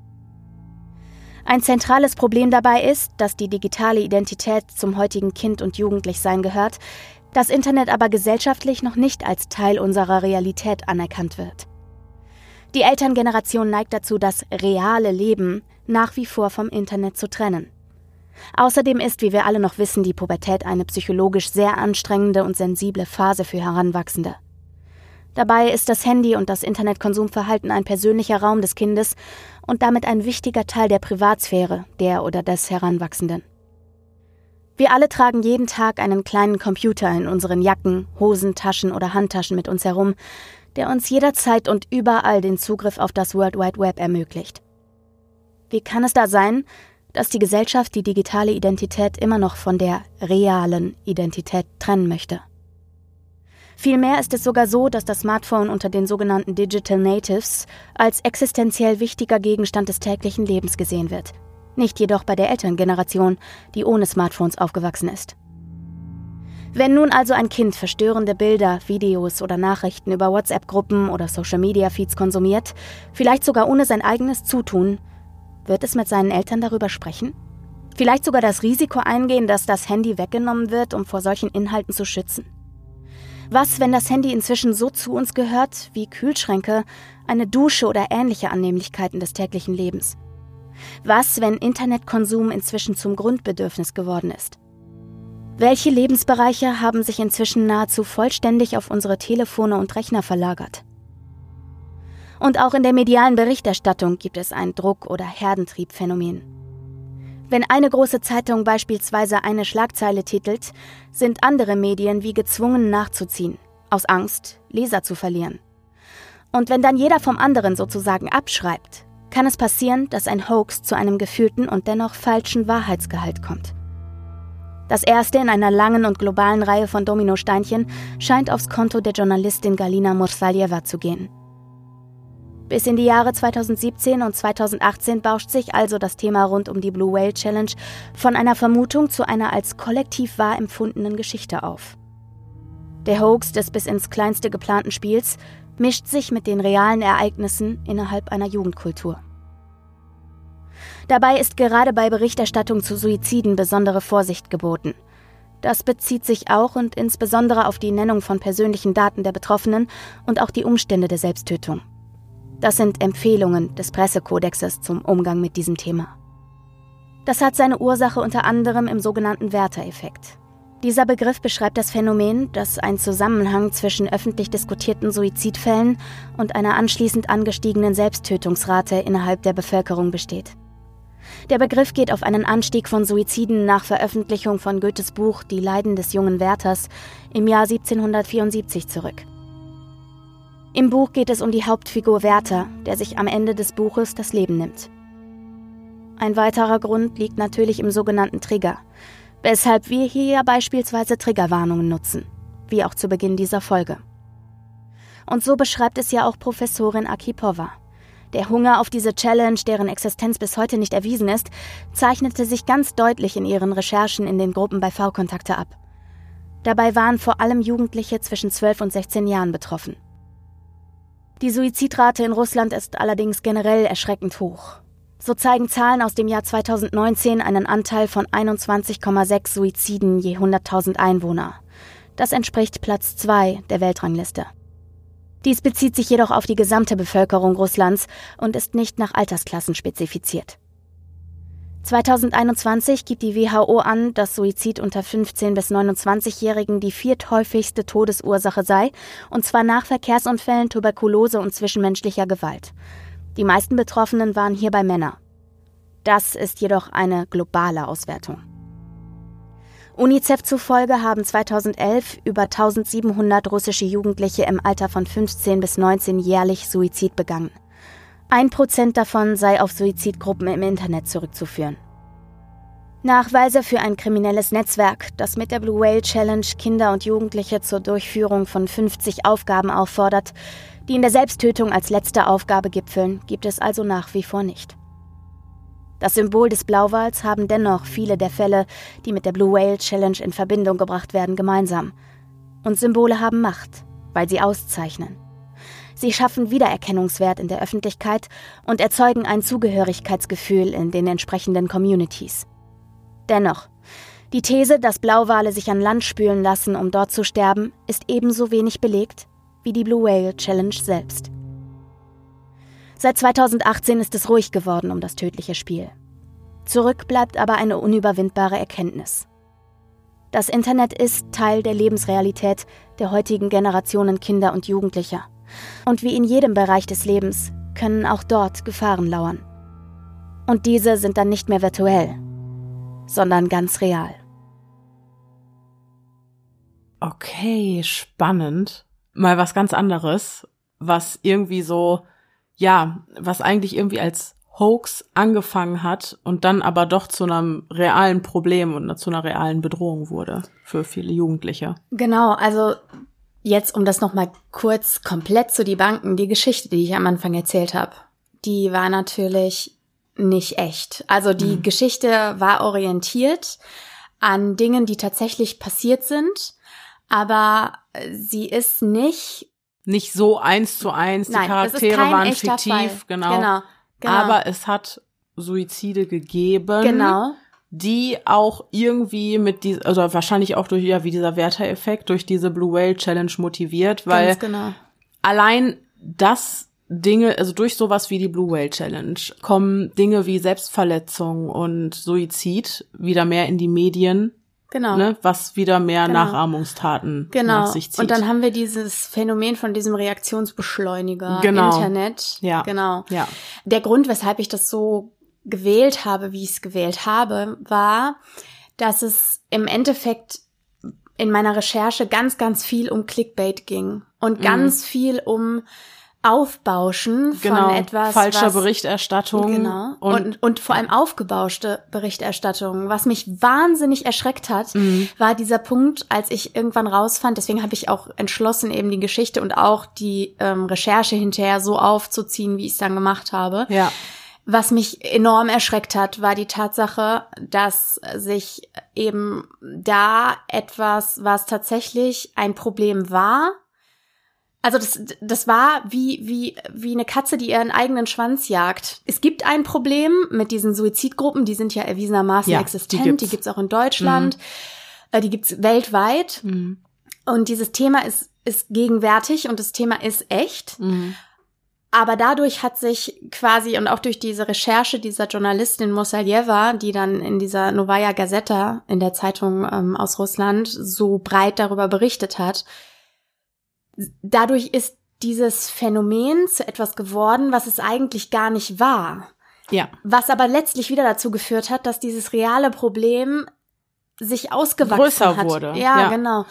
Ein zentrales Problem dabei ist, dass die digitale Identität zum heutigen Kind- und Jugendlichsein gehört, das Internet aber gesellschaftlich noch nicht als Teil unserer Realität anerkannt wird. Die Elterngeneration neigt dazu, das reale Leben nach wie vor vom Internet zu trennen. Außerdem ist, wie wir alle noch wissen, die Pubertät eine psychologisch sehr anstrengende und sensible Phase für Heranwachsende. Dabei ist das Handy und das Internetkonsumverhalten ein persönlicher Raum des Kindes und damit ein wichtiger Teil der Privatsphäre der oder des Heranwachsenden. Wir alle tragen jeden Tag einen kleinen Computer in unseren Jacken, Hosen, Taschen oder Handtaschen mit uns herum, der uns jederzeit und überall den Zugriff auf das World Wide Web ermöglicht. Wie kann es da sein, dass die Gesellschaft die digitale Identität immer noch von der realen Identität trennen möchte? Vielmehr ist es sogar so, dass das Smartphone unter den sogenannten Digital Natives als existenziell wichtiger Gegenstand des täglichen Lebens gesehen wird. Nicht jedoch bei der Elterngeneration, die ohne Smartphones aufgewachsen ist. Wenn nun also ein Kind verstörende Bilder, Videos oder Nachrichten über WhatsApp-Gruppen oder Social-Media-Feeds konsumiert, vielleicht sogar ohne sein eigenes Zutun, wird es mit seinen Eltern darüber sprechen? Vielleicht sogar das Risiko eingehen, dass das Handy weggenommen wird, um vor solchen Inhalten zu schützen? Was, wenn das Handy inzwischen so zu uns gehört wie Kühlschränke, eine Dusche oder ähnliche Annehmlichkeiten des täglichen Lebens? Was, wenn Internetkonsum inzwischen zum Grundbedürfnis geworden ist? Welche Lebensbereiche haben sich inzwischen nahezu vollständig auf unsere Telefone und Rechner verlagert? Und auch in der medialen Berichterstattung gibt es ein Druck- oder Herdentriebphänomen. Wenn eine große Zeitung beispielsweise eine Schlagzeile titelt, sind andere Medien wie gezwungen nachzuziehen, aus Angst, Leser zu verlieren. Und wenn dann jeder vom anderen sozusagen abschreibt, kann es passieren, dass ein Hoax zu einem gefühlten und dennoch falschen Wahrheitsgehalt kommt. Das erste in einer langen und globalen Reihe von Dominosteinchen scheint aufs Konto der Journalistin Galina Mursaljewa zu gehen. Bis in die Jahre 2017 und 2018 bauscht sich also das Thema rund um die Blue Whale Challenge von einer Vermutung zu einer als kollektiv wahr empfundenen Geschichte auf. Der Hoax des bis ins Kleinste geplanten Spiels mischt sich mit den realen Ereignissen innerhalb einer Jugendkultur. Dabei ist gerade bei Berichterstattung zu Suiziden besondere Vorsicht geboten. Das bezieht sich auch und insbesondere auf die Nennung von persönlichen Daten der Betroffenen und auch die Umstände der Selbsttötung. Das sind Empfehlungen des Pressekodexes zum Umgang mit diesem Thema. Das hat seine Ursache unter anderem im sogenannten Werther-Effekt. Dieser Begriff beschreibt das Phänomen, dass ein Zusammenhang zwischen öffentlich diskutierten Suizidfällen und einer anschließend angestiegenen Selbsttötungsrate innerhalb der Bevölkerung besteht. Der Begriff geht auf einen Anstieg von Suiziden nach Veröffentlichung von Goethes Buch Die Leiden des jungen Werthers im Jahr 1774 zurück. Im Buch geht es um die Hauptfigur Werther, der sich am Ende des Buches das Leben nimmt. Ein weiterer Grund liegt natürlich im sogenannten Trigger, weshalb wir hier beispielsweise Triggerwarnungen nutzen, wie auch zu Beginn dieser Folge. Und so beschreibt es ja auch Professorin Akipova. Der Hunger auf diese Challenge, deren Existenz bis heute nicht erwiesen ist, zeichnete sich ganz deutlich in ihren Recherchen in den Gruppen bei V-Kontakte ab. Dabei waren vor allem Jugendliche zwischen 12 und 16 Jahren betroffen. Die Suizidrate in Russland ist allerdings generell erschreckend hoch. So zeigen Zahlen aus dem Jahr 2019 einen Anteil von 21,6 Suiziden je 100.000 Einwohner. Das entspricht Platz 2 der Weltrangliste. Dies bezieht sich jedoch auf die gesamte Bevölkerung Russlands und ist nicht nach Altersklassen spezifiziert. 2021 gibt die WHO an, dass Suizid unter 15- bis 29-Jährigen die vierthäufigste Todesursache sei, und zwar nach Verkehrsunfällen, Tuberkulose und zwischenmenschlicher Gewalt. Die meisten Betroffenen waren hierbei Männer. Das ist jedoch eine globale Auswertung. UNICEF zufolge haben 2011 über 1700 russische Jugendliche im Alter von 15 bis 19 jährlich Suizid begangen. 1% davon sei auf Suizidgruppen im Internet zurückzuführen. Nachweise für ein kriminelles Netzwerk, das mit der Blue Whale Challenge Kinder und Jugendliche zur Durchführung von 50 Aufgaben auffordert, die in der Selbsttötung als letzte Aufgabe gipfeln, gibt es also nach wie vor nicht. Das Symbol des Blauwals haben dennoch viele der Fälle, die mit der Blue Whale Challenge in Verbindung gebracht werden, gemeinsam. Und Symbole haben Macht, weil sie auszeichnen. Sie schaffen Wiedererkennungswert in der Öffentlichkeit und erzeugen ein Zugehörigkeitsgefühl in den entsprechenden Communities. Dennoch, die These, dass Blauwale sich an Land spülen lassen, um dort zu sterben, ist ebenso wenig belegt wie die Blue Whale Challenge selbst. Seit 2018 ist es ruhig geworden um das tödliche Spiel. Zurück bleibt aber eine unüberwindbare Erkenntnis. Das Internet ist Teil der Lebensrealität der heutigen Generationen Kinder und Jugendlicher. Und wie in jedem Bereich des Lebens können auch dort Gefahren lauern. Und diese sind dann nicht mehr virtuell, sondern ganz real. Okay, spannend. Mal was ganz anderes, was irgendwie so, ja, was eigentlich irgendwie als Hoax angefangen hat und dann aber doch zu einem realen Problem und zu einer realen Bedrohung wurde für viele Jugendliche. Genau, also jetzt, um das nochmal kurz komplett zu debunken, die Geschichte, die ich am Anfang erzählt habe, die war natürlich nicht echt. Also die Geschichte war orientiert an Dingen, die tatsächlich passiert sind, aber sie ist nicht so 1:1, die Charaktere waren fiktiv, Fall. Genau. Aber es hat Suizide gegeben, die auch irgendwie mit also wahrscheinlich auch durch, wie dieser Werther-Effekt, durch diese Blue Whale Challenge motiviert, weil allein das Dinge, also durch sowas wie die Blue Whale Challenge kommen Dinge wie Selbstverletzung und Suizid wieder mehr in die Medien. Genau. Ne, was wieder mehr Nachahmungstaten nach sich zieht. Und dann haben wir dieses Phänomen von diesem Reaktionsbeschleuniger Internet. Ja. Genau. Ja. Der Grund, weshalb ich das so gewählt habe, wie ich es gewählt habe, war, dass es im Endeffekt in meiner Recherche ganz, ganz viel um Clickbait ging und ganz viel um Aufbauschen von etwas, falscher Berichterstattung. Genau. Und vor allem aufgebauschte Berichterstattung. Was mich wahnsinnig erschreckt hat, war dieser Punkt, als ich irgendwann rausfand, deswegen habe ich auch entschlossen, eben die Geschichte und auch die Recherche hinterher so aufzuziehen, wie ich es dann gemacht habe. Ja. Was mich enorm erschreckt hat, war die Tatsache, dass sich eben da etwas, was tatsächlich ein Problem war, also das war wie eine Katze, die ihren eigenen Schwanz jagt. Es gibt ein Problem mit diesen Suizidgruppen, die sind ja erwiesenermaßen existent, die gibt's auch in Deutschland, die gibt's weltweit. Und dieses Thema ist gegenwärtig und das Thema ist echt. Aber dadurch hat sich quasi, und auch durch diese Recherche dieser Journalistin Mosaljeva, die dann in dieser Novaya Gazeta, in der Zeitung aus Russland, so breit darüber berichtet hat, dadurch ist dieses Phänomen zu etwas geworden, was es eigentlich gar nicht war. Ja. Was aber letztlich wieder dazu geführt hat, dass dieses reale Problem sich ausgewachsen hat. Größer wurde. Ja, genau.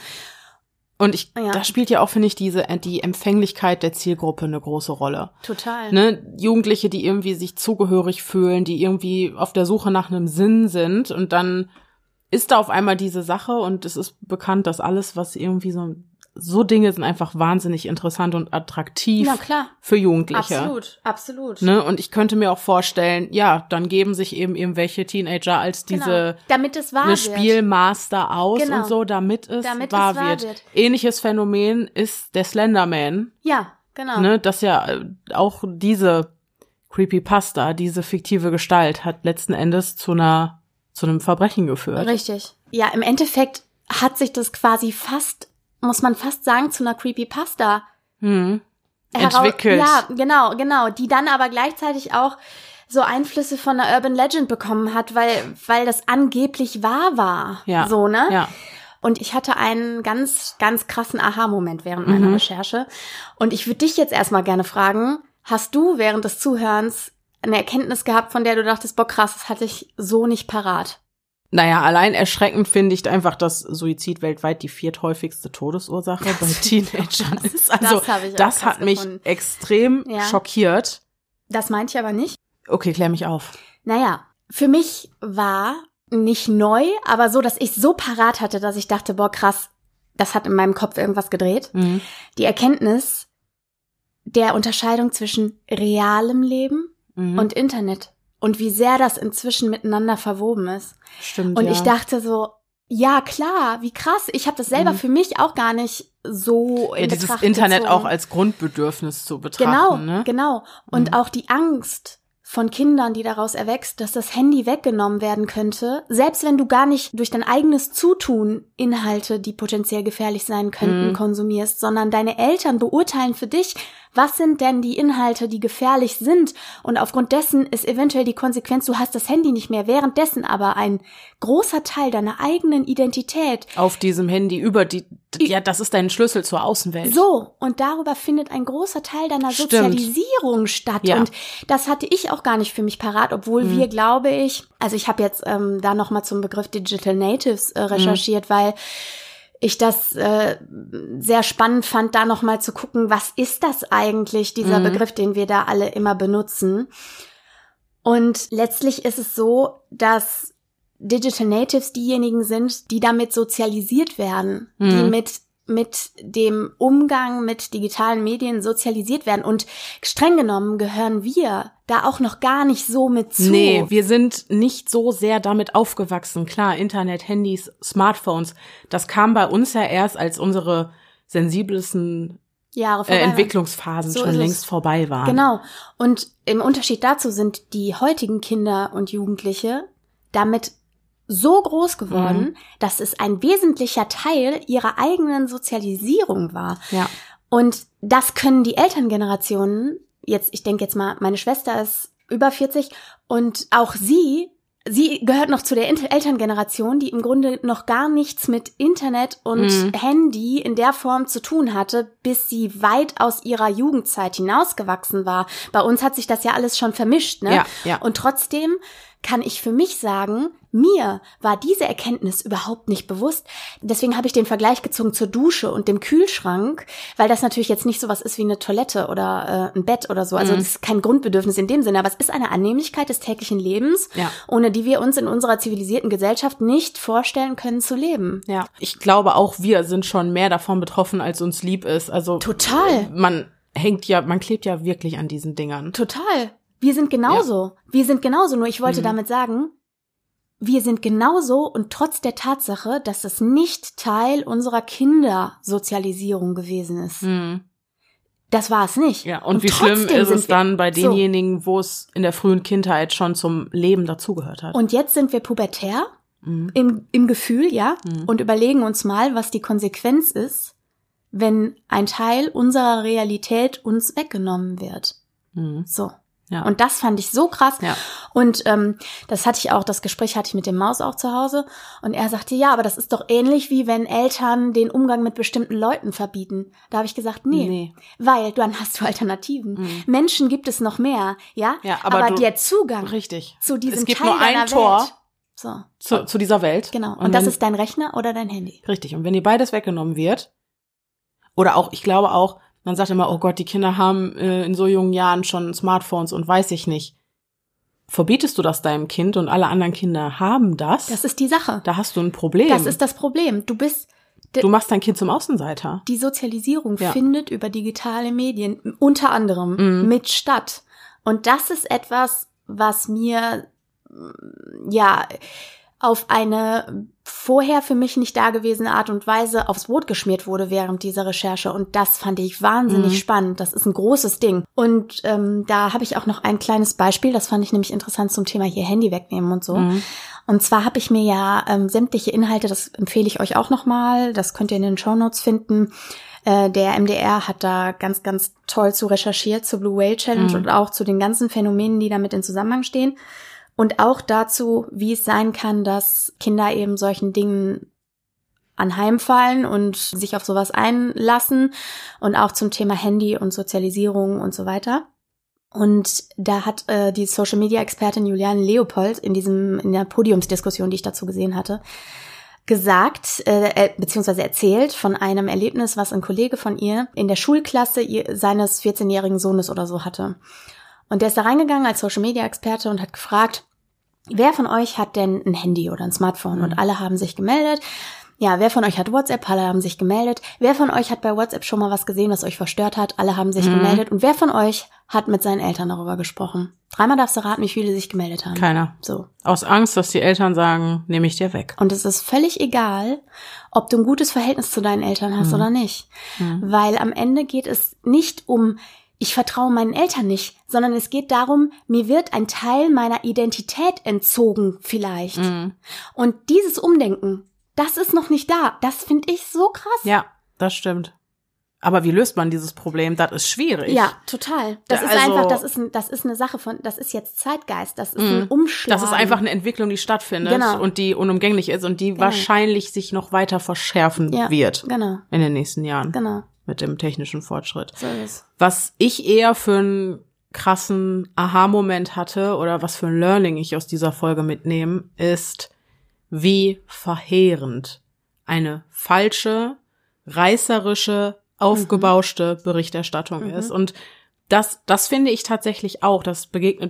Und da spielt ja auch, finde ich, die Empfänglichkeit der Zielgruppe eine große Rolle. Total. Ne? Jugendliche, die irgendwie sich zugehörig fühlen, die irgendwie auf der Suche nach einem Sinn sind und dann ist da auf einmal diese Sache und es ist bekannt, dass alles, was irgendwie so Dinge sind einfach wahnsinnig interessant und attraktiv für Jugendliche. Absolut. Ne? Und ich könnte mir auch vorstellen, ja, dann geben sich eben irgendwelche Teenager als diese damit es wahr eine Spielmaster aus und so, damit es wahr wird. Ähnliches Phänomen ist der Slenderman. Ja, genau. Ne? Das ja auch diese Creepypasta, diese fiktive Gestalt hat letzten Endes zu einem Verbrechen geführt. Richtig. Ja, im Endeffekt hat sich das quasi muss man fast sagen, zu einer Creepypasta entwickelt. Ja, genau. Die dann aber gleichzeitig auch so Einflüsse von einer Urban Legend bekommen hat, weil das angeblich wahr war. Ja. So, ne? Ja. Und ich hatte einen ganz, ganz krassen Aha-Moment während meiner Recherche. Und ich würde dich jetzt erstmal gerne fragen, hast du während des Zuhörens eine Erkenntnis gehabt, von der du dachtest, boah, krass, das hatte ich so nicht parat? Naja, allein erschreckend finde ich einfach, dass Suizid weltweit die 4. häufigste Todesursache bei Teenagern ist. Also das hat mich extrem schockiert. Das meinte ich aber nicht. Okay, klär mich auf. Naja, für mich war nicht neu, aber so, dass ich so parat hatte, dass ich dachte, boah, krass, das hat in meinem Kopf irgendwas gedreht. Die Erkenntnis der Unterscheidung zwischen realem Leben und Internet. Und wie sehr das inzwischen miteinander verwoben ist. Stimmt, und ich dachte so, ja klar, wie krass. Ich habe das selber für mich auch gar nicht so in dieses Betracht Internet gezogen. auch als Grundbedürfnis zu betrachten. Genau. Und auch die Angst von Kindern, die daraus erwächst, dass das Handy weggenommen werden könnte, selbst wenn du gar nicht durch dein eigenes Zutun Inhalte, die potenziell gefährlich sein könnten, konsumierst, sondern deine Eltern beurteilen für dich, was sind denn die Inhalte, die gefährlich sind? Und aufgrund dessen ist eventuell die Konsequenz, du hast das Handy nicht mehr, währenddessen aber ein großer Teil deiner eigenen Identität auf diesem Handy das ist dein Schlüssel zur Außenwelt. So, und darüber findet ein großer Teil deiner Sozialisierung statt. Ja. Und das hatte ich auch gar nicht für mich parat, obwohl wir, glaube ich, also ich habe jetzt da nochmal zum Begriff Digital Natives recherchiert, weil ich das sehr spannend fand, da nochmal zu gucken, was ist das eigentlich, dieser Begriff, den wir da alle immer benutzen. Und letztlich ist es so, dass Digital Natives diejenigen sind, die damit sozialisiert werden, die mit dem Umgang mit digitalen Medien sozialisiert werden. Und streng genommen gehören wir da auch noch gar nicht so mit zu. Nee, wir sind nicht so sehr damit aufgewachsen. Klar, Internet, Handys, Smartphones, das kam bei uns ja erst, als unsere sensibelsten Entwicklungsphasen schon längst vorbei waren. Genau. Und im Unterschied dazu sind die heutigen Kinder und Jugendliche damit so groß geworden, dass es ein wesentlicher Teil ihrer eigenen Sozialisierung war. Ja. Und das können die Elterngenerationen, ich denke jetzt mal, meine Schwester ist über 40 und auch sie gehört noch zu der Elterngeneration, die im Grunde noch gar nichts mit Internet und Handy in der Form zu tun hatte, bis sie weit aus ihrer Jugendzeit hinausgewachsen war. Bei uns hat sich das ja alles schon vermischt, ne? Ja. Und trotzdem kann ich für mich sagen, mir war diese Erkenntnis überhaupt nicht bewusst. Deswegen habe ich den Vergleich gezogen zur Dusche und dem Kühlschrank, weil das natürlich jetzt nicht sowas ist wie eine Toilette oder ein Bett oder so. Also das ist kein Grundbedürfnis in dem Sinne, aber es ist eine Annehmlichkeit des täglichen Lebens, ohne die wir uns in unserer zivilisierten Gesellschaft nicht vorstellen können zu leben. Ja, ich glaube auch, wir sind schon mehr davon betroffen, als uns lieb ist. Also total. Man klebt ja wirklich an diesen Dingern. Total. Wir sind genauso. Ja. Wir sind genauso. Nur ich wollte damit sagen, wir sind genauso und trotz der Tatsache, dass das nicht Teil unserer Kindersozialisierung gewesen ist. Das war es nicht. Ja, und wie schlimm ist es dann bei denjenigen, wo es in der frühen Kindheit schon zum Leben dazugehört hat. Und jetzt sind wir pubertär im Gefühl, und überlegen uns mal, was die Konsequenz ist, wenn ein Teil unserer Realität uns weggenommen wird. So. Ja. Und das fand ich so krass. Ja. Und das Gespräch hatte ich mit dem Maus auch zu Hause. Und er sagte, ja, aber das ist doch ähnlich wie wenn Eltern den Umgang mit bestimmten Leuten verbieten. Da habe ich gesagt, nee. Weil dann hast du Alternativen. Mhm. Menschen gibt es noch mehr, ja? Aber der Zugang zu diesem Teil deiner Welt. Es gibt nur ein Tor zu dieser Welt. Genau. Und das ist dein Rechner oder dein Handy. Richtig. Und wenn dir beides weggenommen wird, oder auch, ich glaube auch, man sagt immer, oh Gott, die Kinder haben in so jungen Jahren schon Smartphones und weiß ich nicht. Verbietest du das deinem Kind und alle anderen Kinder haben das? Das ist die Sache. Da hast du ein Problem. Das ist das Problem. Du machst dein Kind zum Außenseiter. Die Sozialisierung findet über digitale Medien unter anderem mit statt. Und das ist etwas, was mir auf eine vorher für mich nicht dagewesene Art und Weise aufs Brot geschmiert wurde während dieser Recherche. Und das fand ich wahnsinnig spannend. Das ist ein großes Ding. Und da habe ich auch noch ein kleines Beispiel. Das fand ich nämlich interessant zum Thema hier Handy wegnehmen und so. Und zwar habe ich mir sämtliche Inhalte, das empfehle ich euch auch nochmal, das könnt ihr in den Shownotes finden. Der MDR hat da ganz, ganz toll zu recherchiert zur Blue Whale Challenge und auch zu den ganzen Phänomenen, die damit in Zusammenhang stehen. Und auch dazu, wie es sein kann, dass Kinder eben solchen Dingen anheimfallen und sich auf sowas einlassen. Und auch zum Thema Handy und Sozialisierung und so weiter. Und da hat die Social-Media-Expertin Juliane Leopold in der Podiumsdiskussion, die ich dazu gesehen hatte, gesagt, beziehungsweise erzählt von einem Erlebnis, was ein Kollege von ihr in der Schulklasse seines 14-jährigen Sohnes oder so hatte. Und der ist da reingegangen als Social-Media-Experte und hat gefragt, wer von euch hat denn ein Handy oder ein Smartphone? Und alle haben sich gemeldet. Ja, wer von euch hat WhatsApp? Alle haben sich gemeldet. Wer von euch hat bei WhatsApp schon mal was gesehen, was euch verstört hat? Alle haben sich gemeldet. Und wer von euch hat mit seinen Eltern darüber gesprochen? 3-mal darfst du raten, wie viele sich gemeldet haben. Keiner. So. Aus Angst, dass die Eltern sagen, nehme ich dir weg. Und es ist völlig egal, ob du ein gutes Verhältnis zu deinen Eltern hast oder nicht. Weil am Ende geht es nicht um, ich vertraue meinen Eltern nicht, sondern es geht darum, mir wird ein Teil meiner Identität entzogen vielleicht. Und dieses Umdenken, das ist noch nicht da. Das finde ich so krass. Ja, das stimmt. Aber wie löst man dieses Problem? Das ist schwierig. Ja, total. Das ist einfach, das ist eine Sache von, das ist jetzt Zeitgeist, das ist ein Umschlag. Das ist einfach eine Entwicklung, die stattfindet und die unumgänglich ist und die wahrscheinlich sich noch weiter verschärfen wird in den nächsten Jahren. Genau. Mit dem technischen Fortschritt. So ist es. Was ich eher für einen krassen Aha-Moment hatte oder was für ein Learning ich aus dieser Folge mitnehme, ist, wie verheerend eine falsche, reißerische, aufgebauschte Berichterstattung ist. Und das finde ich tatsächlich auch, das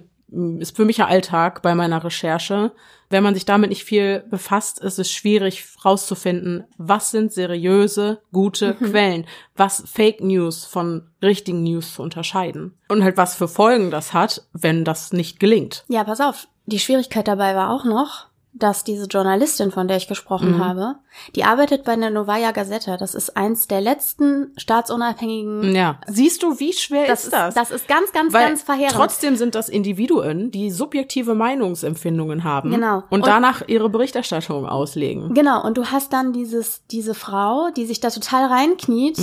ist für mich ein Alltag bei meiner Recherche. Wenn man sich damit nicht viel befasst, ist es schwierig rauszufinden, was sind seriöse, gute Quellen, was Fake News von richtigen News zu unterscheiden. Und halt was für Folgen das hat, wenn das nicht gelingt. Ja, pass auf, die Schwierigkeit dabei war auch noch, dass diese Journalistin, von der ich gesprochen habe, die arbeitet bei der Novaya Gazeta. Das ist eins der letzten staatsunabhängigen... Ja. Siehst du, wie schwer ist das? Das ist ganz, ganz, ganz verheerend. Trotzdem sind das Individuen, die subjektive Meinungsempfindungen haben. Genau. Und danach ihre Berichterstattung auslegen. Genau. Und du hast dann diese Frau, die sich da total reinkniet,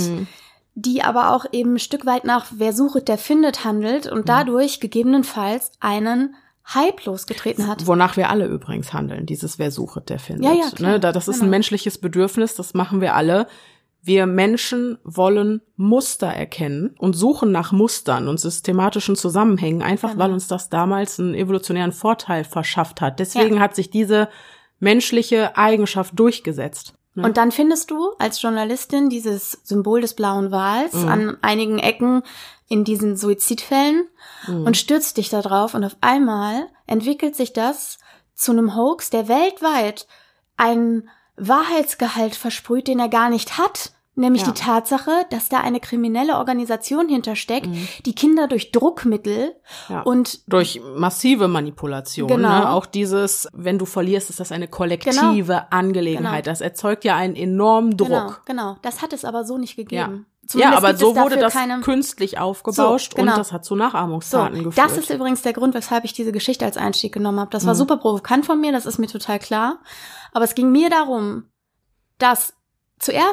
die aber auch eben ein Stück weit nach wer sucht, der findet handelt und dadurch gegebenenfalls einen Hype losgetreten hat. Wonach wir alle übrigens handeln, dieses wer sucht, der findet. Ja, klar. Das ist ein menschliches Bedürfnis, das machen wir alle. Wir Menschen wollen Muster erkennen und suchen nach Mustern und systematischen Zusammenhängen, einfach weil uns das damals einen evolutionären Vorteil verschafft hat. Deswegen hat sich diese menschliche Eigenschaft durchgesetzt. Und dann findest du als Journalistin dieses Symbol des blauen Wals an einigen Ecken in diesen Suizidfällen und stürzt dich da drauf und auf einmal entwickelt sich das zu einem Hoax, der weltweit einen Wahrheitsgehalt versprüht, den er gar nicht hat. Nämlich die Tatsache, dass da eine kriminelle Organisation hintersteckt, die Kinder durch Druckmittel und durch massive Manipulation, auch dieses, wenn du verlierst, ist das eine kollektive Angelegenheit. Das erzeugt ja einen enormen Druck. Genau. Das hat es aber so nicht gegeben. Ja, aber so wurde das künstlich aufgebauscht und das hat zu Nachahmungstaten geführt. Das ist übrigens der Grund, weshalb ich diese Geschichte als Einstieg genommen habe. Das war super provokant von mir, das ist mir total klar. Aber es ging mir darum, dass zuerst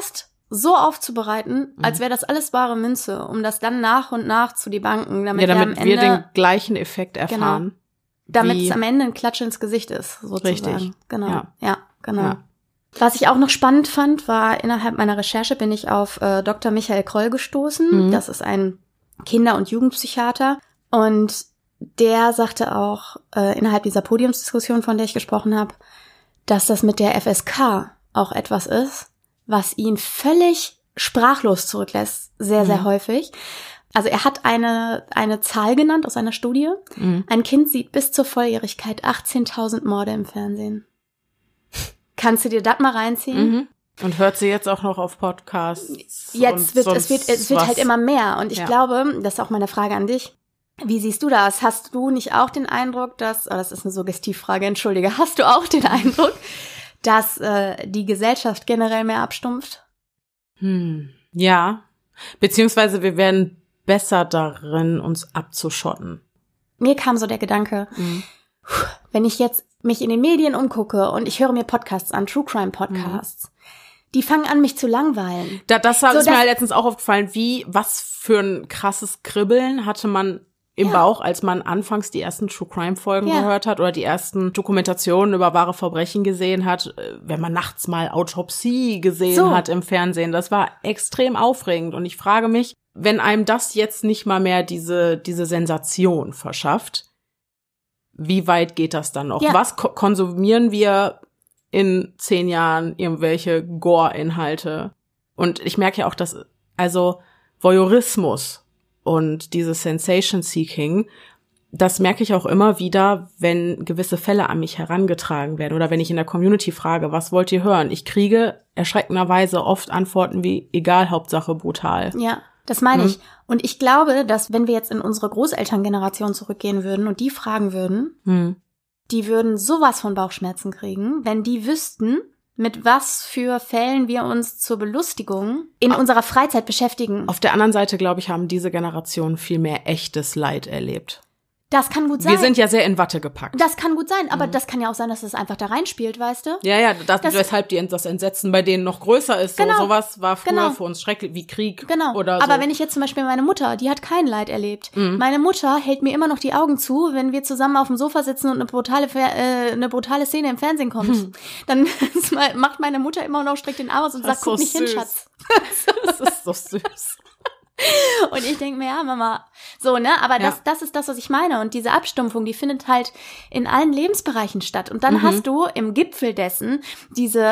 so aufzubereiten, als wäre das alles wahre Münze, um das dann nach und nach zu debunken, damit wir den gleichen Effekt erfahren. Genau, damit es am Ende ein Klatsch ins Gesicht ist, sozusagen. Richtig. Genau. Ja, genau. Ja. Was ich auch noch spannend fand, war, innerhalb meiner Recherche bin ich auf Dr. Michael Kroll gestoßen. Das ist ein Kinder- und Jugendpsychiater. Und der sagte auch innerhalb dieser Podiumsdiskussion, von der ich gesprochen habe, dass das mit der FSK auch etwas ist, was ihn völlig sprachlos zurücklässt, sehr, sehr häufig. Also er hat eine Zahl genannt aus einer Studie. Ein Kind sieht bis zur Volljährigkeit 18.000 Morde im Fernsehen. Kannst du dir das mal reinziehen? Und hört sie jetzt auch noch auf Podcasts? Jetzt es wird halt immer mehr. Und ich glaube, das ist auch meine Frage an dich. Wie siehst du das? Hast du nicht auch den Eindruck, das ist eine Suggestivfrage, entschuldige, hast du auch den Eindruck, dass die Gesellschaft generell mehr abstumpft? Ja, beziehungsweise wir werden besser darin, uns abzuschotten. Mir kam so der Gedanke, wenn ich jetzt mich in den Medien umgucke und ich höre mir Podcasts an, True Crime Podcasts, die fangen an, mich zu langweilen. Das ist mir letztens auch aufgefallen, was für ein krasses Kribbeln hatte man im Bauch, als man anfangs die ersten True Crime Folgen gehört hat oder die ersten Dokumentationen über wahre Verbrechen gesehen hat, wenn man nachts mal Autopsie gesehen hat im Fernsehen. Das war extrem aufregend und ich frage mich, wenn einem das jetzt nicht mal mehr diese Sensation verschafft, wie weit geht das dann noch? Ja. Was konsumieren wir in 10 Jahren? Irgendwelche Gore-Inhalte? Und ich merke ja auch, dass Voyeurismus und dieses Sensation-Seeking, das merke ich auch immer wieder, wenn gewisse Fälle an mich herangetragen werden oder wenn ich in der Community frage, was wollt ihr hören? Ich kriege erschreckenderweise oft Antworten wie, egal, Hauptsache brutal. Ja. Das meine ich. Und ich glaube, dass wenn wir jetzt in unsere Großelterngeneration zurückgehen würden und die fragen würden, die würden sowas von Bauchschmerzen kriegen, wenn die wüssten, mit was für Fällen wir uns zur Belustigung in unserer Freizeit beschäftigen. Auf der anderen Seite, glaube ich, haben diese Generationen viel mehr echtes Leid erlebt. Das kann gut sein. Wir sind ja sehr in Watte gepackt. Das kann gut sein, aber das kann ja auch sein, dass es einfach da reinspielt, weißt du? Ja, weshalb das Entsetzen bei denen noch größer ist. Genau. Sowas war früher für uns schrecklich, wie Krieg oder so. Aber wenn ich jetzt zum Beispiel meine Mutter, die hat kein Leid erlebt. Meine Mutter hält mir immer noch die Augen zu, wenn wir zusammen auf dem Sofa sitzen und eine brutale Szene im Fernsehen kommt. Dann macht meine Mutter immer noch, streckt den Arm aus und sagt, guck nicht hin, Schatz. Das ist so süß. Und ich denke mir, ja, Mama, so, ne, aber das ist das, was ich meine. Und diese Abstumpfung, die findet halt in allen Lebensbereichen statt. Und dann hast du im Gipfel dessen diese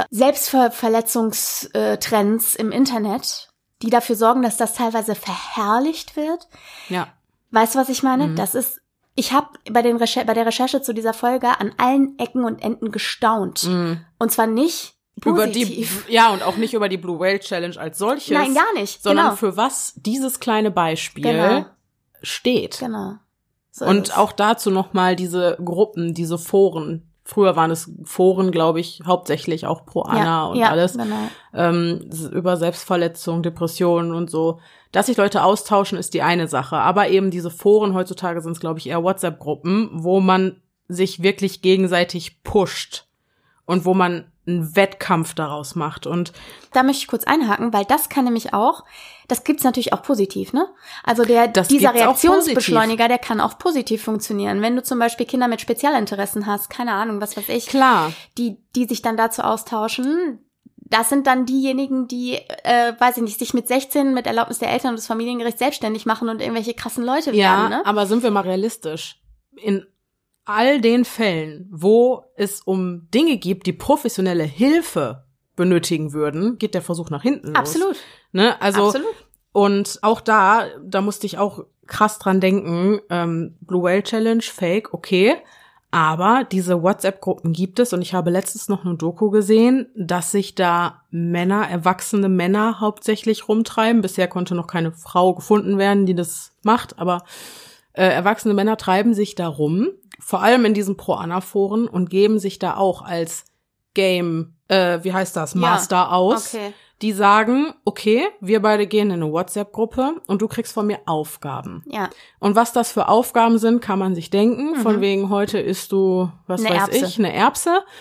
Selbstverletzungstrends im Internet, die dafür sorgen, dass das teilweise verherrlicht wird. Ja. Weißt du, was ich meine? Ich habe bei der Recherche zu dieser Folge an allen Ecken und Enden gestaunt. Und zwar nicht positiv. Und auch nicht über die Blue Whale Challenge als solches. Nein, gar nicht. Sondern für was dieses kleine Beispiel steht. Genau. So und auch dazu nochmal diese Gruppen, diese Foren. Früher waren es Foren, glaube ich, hauptsächlich auch pro Anna und alles. Genau. Über Selbstverletzung, Depressionen und so. Dass sich Leute austauschen, ist die eine Sache. Aber eben diese Foren, heutzutage sind es, glaube ich, eher WhatsApp-Gruppen, wo man sich wirklich gegenseitig pusht. Und wo man einen Wettkampf daraus macht. Und da möchte ich kurz einhaken, weil das kann nämlich auch, das gibt's natürlich auch positiv, ne? Also dieser Reaktionsbeschleuniger, der kann auch positiv funktionieren. Wenn du zum Beispiel Kinder mit Spezialinteressen hast, keine Ahnung, was weiß ich. Klar. Die sich dann dazu austauschen, das sind dann diejenigen, die, weiß ich nicht, sich mit 16 mit Erlaubnis der Eltern und des Familiengerichts selbstständig machen und irgendwelche krassen Leute werden, ne? Ja, aber sind wir mal realistisch. In all den Fällen, wo es um Dinge gibt, die professionelle Hilfe benötigen würden, geht der Versuch nach hinten los. Absolut. Ne? Also, absolut. Und auch da musste ich auch krass dran denken, Blue Whale Challenge, Fake, okay, aber diese WhatsApp-Gruppen gibt es und ich habe letztens noch eine Doku gesehen, dass sich da erwachsene Männer hauptsächlich rumtreiben. Bisher konnte noch keine Frau gefunden werden, die das macht, aber erwachsene Männer treiben sich da rum, vor allem in diesen Pro-Anna-Foren und geben sich da auch als Game, Master aus. Okay. Die sagen, okay, wir beide gehen in eine WhatsApp-Gruppe und du kriegst von mir Aufgaben. Ja. Und was das für Aufgaben sind, kann man sich denken. Von wegen, heute isst du, eine Erbse.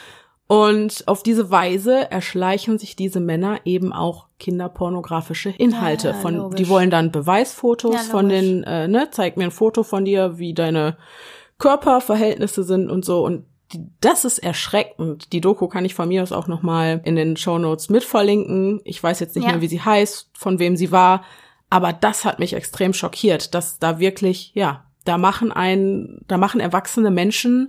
Und auf diese Weise erschleichen sich diese Männer eben auch kinderpornografische Inhalte. Die wollen dann Beweisfotos von den, zeig mir ein Foto von dir, wie deine Körperverhältnisse sind und so. Und das ist erschreckend. Die Doku kann ich von mir aus auch nochmal in den Shownotes mitverlinken. Ich weiß jetzt nicht mehr, wie sie heißt, von wem sie war. Aber das hat mich extrem schockiert, dass da wirklich, da machen erwachsene Menschen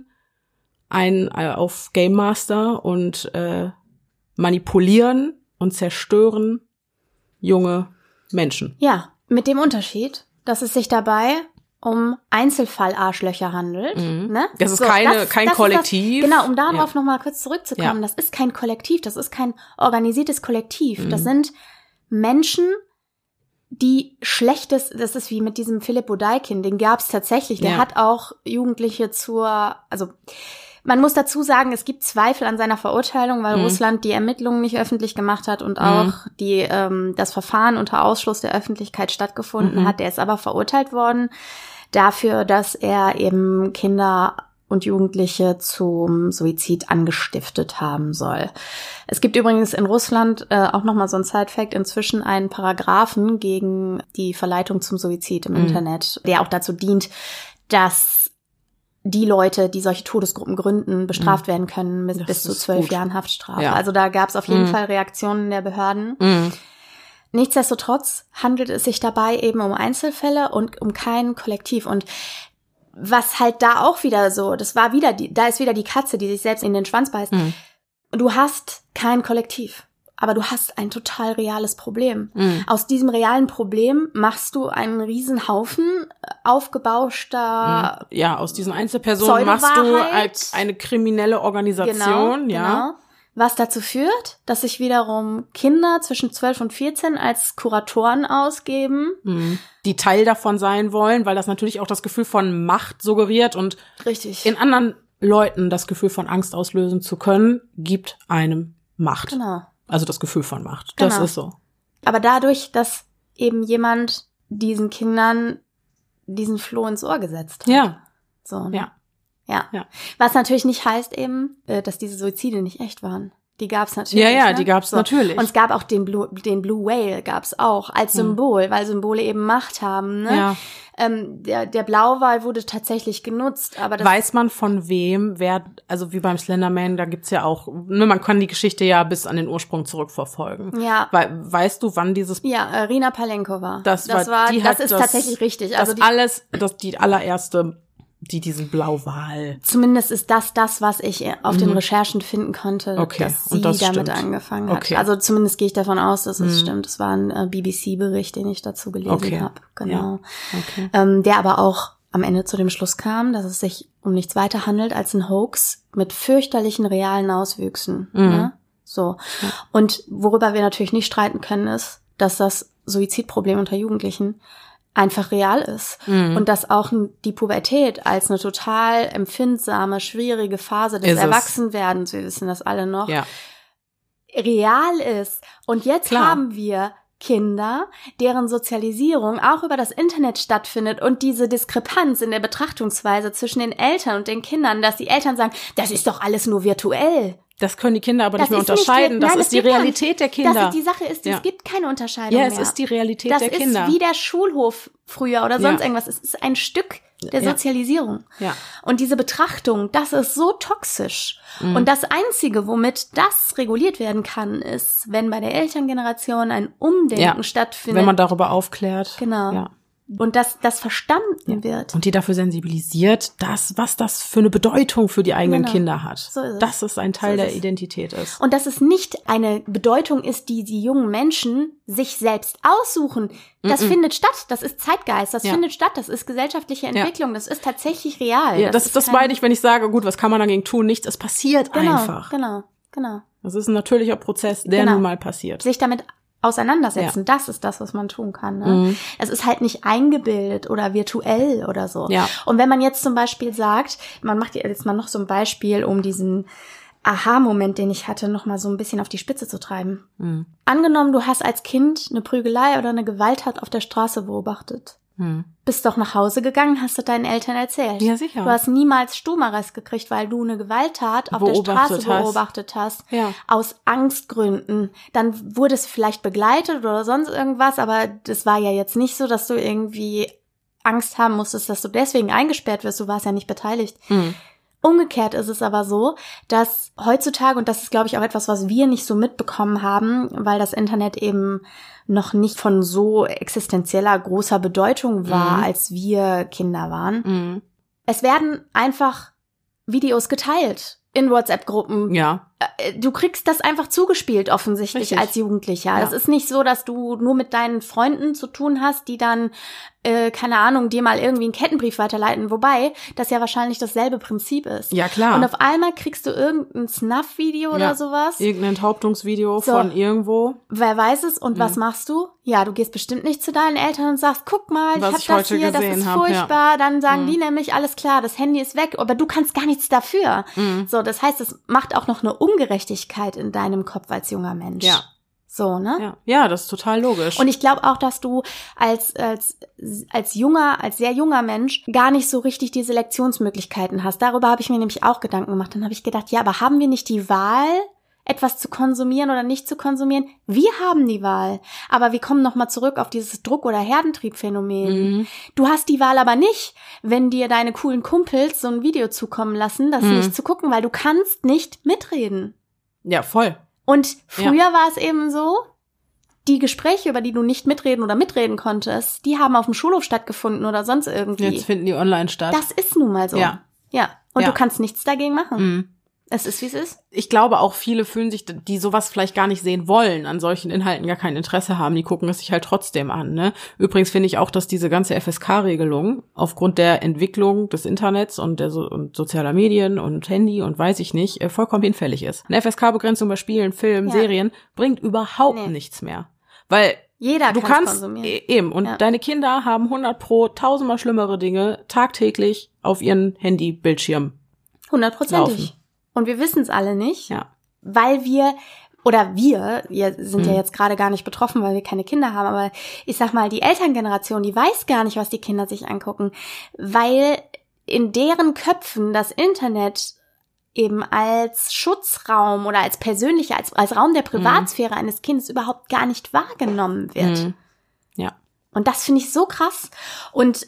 auf Game Master und manipulieren und zerstören junge Menschen. Ja, mit dem Unterschied, dass es sich dabei um Einzelfall-Arschlöcher handelt. Ne? Das ist kein Kollektiv. Genau, um darauf nochmal kurz zurückzukommen. Das ist kein Kollektiv, das ist kein organisiertes Kollektiv. Das sind Menschen, die das ist wie mit diesem Philipp Bodeikin, den gab es tatsächlich. Der hat auch Jugendliche man muss dazu sagen, es gibt Zweifel an seiner Verurteilung, weil Russland die Ermittlungen nicht öffentlich gemacht hat und auch das Verfahren unter Ausschluss der Öffentlichkeit stattgefunden hat. Der ist aber verurteilt worden dafür, dass er eben Kinder und Jugendliche zum Suizid angestiftet haben soll. Es gibt übrigens in Russland auch nochmal so ein Side-Fact, inzwischen einen Paragraphen gegen die Verleitung zum Suizid im Internet, der auch dazu dient, dass die Leute, die solche Todesgruppen gründen, bestraft werden können mit bis zu 12 Jahren Haftstrafe. Ja. Also da gab es auf jeden Fall Reaktionen der Behörden. Nichtsdestotrotz handelt es sich dabei eben um Einzelfälle und um kein Kollektiv. Und was halt da auch wieder so, da ist wieder die Katze, die sich selbst in den Schwanz beißt. Du hast kein Kollektiv, aber du hast ein total reales Problem. Aus diesem realen Problem machst du einen riesen Haufen aufgebauschter aus diesen Einzelpersonen machst du als eine kriminelle Organisation, Genau. Was dazu führt, dass sich wiederum Kinder zwischen 12 und 14 als Kuratoren ausgeben. Die Teil davon sein wollen, weil das natürlich auch das Gefühl von Macht suggeriert und in anderen Leuten das Gefühl von Angst auslösen zu können, gibt einem Macht. Genau. Also das Gefühl von Macht. Das ist so. Aber dadurch, dass eben jemand diesen Kindern diesen Floh ins Ohr gesetzt hat. Ja. So. Ja. Was natürlich nicht heißt eben, dass diese Suizide nicht echt waren. Die gab's natürlich. Ja, die gab's natürlich. Und es gab auch den Blue Whale gab's auch als Symbol, weil Symbole eben Macht haben. Ne? Ja. Der Blauwal wurde tatsächlich genutzt, aber das weiß man von wem, also wie beim Slenderman, da gibt's ja auch, man kann die Geschichte ja bis an den Ursprung zurückverfolgen. Ja. Weißt du, wann dieses? Ja, Rina Palenkova. Das ist tatsächlich richtig. Also die allererste, die diesen Blauwal. Zumindest ist das, was ich auf den Recherchen finden konnte, dass sie damit angefangen hat. Also zumindest gehe ich davon aus, dass es stimmt. Es war ein BBC-Bericht, den ich dazu gelesen habe. Genau. Ja. Der aber auch am Ende zu dem Schluss kam, dass es sich um nichts weiter handelt als ein Hoax mit fürchterlichen realen Auswüchsen. Ne? So. Ja. Und worüber wir natürlich nicht streiten können, ist, dass das Suizidproblem unter Jugendlichen einfach real ist. Und dass auch die Pubertät als eine total empfindsame, schwierige Phase des Erwachsenwerdens, wir wissen das alle noch, real ist. Und jetzt haben wir Kinder, deren Sozialisierung auch über das Internet stattfindet und diese Diskrepanz in der Betrachtungsweise zwischen den Eltern und den Kindern, dass die Eltern sagen, das ist doch alles nur virtuell. Das können die Kinder aber nicht mehr unterscheiden. Das ist die Realität der Kinder. Die Sache ist, es gibt keine Unterscheidung mehr. Ja, es ist die Realität der Kinder. Das ist wie der Schulhof früher oder sonst irgendwas. Es ist ein Stück der Sozialisierung. Ja. Und diese Betrachtung, das ist so toxisch. Und das Einzige, womit das reguliert werden kann, ist, wenn bei der Elterngeneration ein Umdenken stattfindet. Wenn man darüber aufklärt. Genau. Ja. Und das verstanden wird. Und die dafür sensibilisiert, was das für eine Bedeutung für die eigenen Kinder hat. So ist es. Dass es ein Teil der Identität ist. Und dass es nicht eine Bedeutung ist, die die jungen Menschen sich selbst aussuchen. Das findet statt. Das ist Zeitgeist. Das findet statt. Das ist gesellschaftliche Entwicklung. Das ist tatsächlich real. Ja, das meine ich, wenn ich sage, gut, was kann man dagegen tun? Nichts. Es passiert einfach. Genau. Das ist ein natürlicher Prozess, der nun mal passiert. Sich damit auseinandersetzen, das ist das, was man tun kann. Ne? Es ist halt nicht eingebildet oder virtuell oder so. Ja. Und wenn man jetzt zum Beispiel sagt, man macht jetzt mal noch so ein Beispiel, um diesen Aha-Moment, den ich hatte, noch mal so ein bisschen auf die Spitze zu treiben. Angenommen, du hast als Kind eine Prügelei oder eine Gewalttat auf der Straße beobachtet. Bist doch nach Hause gegangen, hast du deinen Eltern erzählt. Ja, sicher. Du hast niemals Stubenarrest gekriegt, weil du eine Gewalttat auf der Straße beobachtet hast. Ja. Aus Angstgründen. Dann wurde es vielleicht begleitet oder sonst irgendwas, aber das war ja jetzt nicht so, dass du irgendwie Angst haben musstest, dass du deswegen eingesperrt wirst. Du warst ja nicht beteiligt. Umgekehrt ist es aber so, dass heutzutage, und das ist, glaube ich, auch etwas, was wir nicht so mitbekommen haben, weil das Internet eben noch nicht von so existenzieller, großer Bedeutung war, als wir Kinder waren. Es werden einfach Videos geteilt in WhatsApp-Gruppen. Ja. Du kriegst das einfach zugespielt, offensichtlich, Richtig. als Jugendlicher. Ja. Es ist nicht so, dass du nur mit deinen Freunden zu tun hast, die dann, keine Ahnung, dir mal irgendwie einen Kettenbrief weiterleiten. Wobei das ja wahrscheinlich dasselbe Prinzip ist. Ja, klar. Und auf einmal kriegst du irgendein Snuff-Video oder sowas. Irgendein Enthauptungsvideo von irgendwo. Wer weiß es? Und was machst du? Ja, du gehst bestimmt nicht zu deinen Eltern und sagst, guck mal, ich hab das hier, das ist furchtbar. Dann sagen die nämlich, alles klar, das Handy ist weg, aber du kannst gar nichts dafür. So, das heißt, es macht auch noch eine Ungerechtigkeit in deinem Kopf als junger Mensch. Ja. So, ne? Ja, das ist total logisch. Und ich glaube auch, dass du als sehr junger Mensch gar nicht so richtig die Selektionsmöglichkeiten hast. Darüber habe ich mir nämlich auch Gedanken gemacht. Dann habe ich gedacht, ja, aber haben wir nicht die Wahl, etwas zu konsumieren oder nicht zu konsumieren? Wir haben die Wahl. Aber wir kommen nochmal zurück auf dieses Druck- oder Herdentriebphänomen. Du hast die Wahl aber nicht, wenn dir deine coolen Kumpels so ein Video zukommen lassen, das nicht zu gucken, weil du kannst nicht mitreden. Ja, voll. Und früher war es eben so, die Gespräche, über die du nicht mitreden oder mitreden konntest, die haben auf dem Schulhof stattgefuffen oder sonst irgendwie. Jetzt finden die online statt. Das ist nun mal so. Ja. Und du kannst nichts dagegen machen. Es ist, wie es ist. Ich glaube auch, viele fühlen sich, die sowas vielleicht gar nicht sehen wollen, an solchen Inhalten gar kein Interesse haben, die gucken es sich halt trotzdem an, ne? Übrigens finde ich auch, dass diese ganze FSK-Regelung aufgrund der Entwicklung des Internets und und sozialer Medien und Handy und weiß ich nicht, vollkommen hinfällig ist. Eine FSK-Begrenzung bei Spielen, Filmen, Serien bringt überhaupt nichts mehr. Weil jeder du kannst eben, und deine Kinder haben 100% tausendmal schlimmere Dinge tagtäglich auf ihren Handybildschirm 100%. Und wir wissen es alle nicht, weil wir sind ja jetzt gerade gar nicht betroffen, weil wir keine Kinder haben, aber ich sag mal, die Elterngeneration, die weiß gar nicht, was die Kinder sich angucken, weil in deren Köpfen das Internet eben als Schutzraum oder als persönlicher, als Raum der Privatsphäre eines Kindes überhaupt gar nicht wahrgenommen wird. Ja. Und das finde ich so krass. Und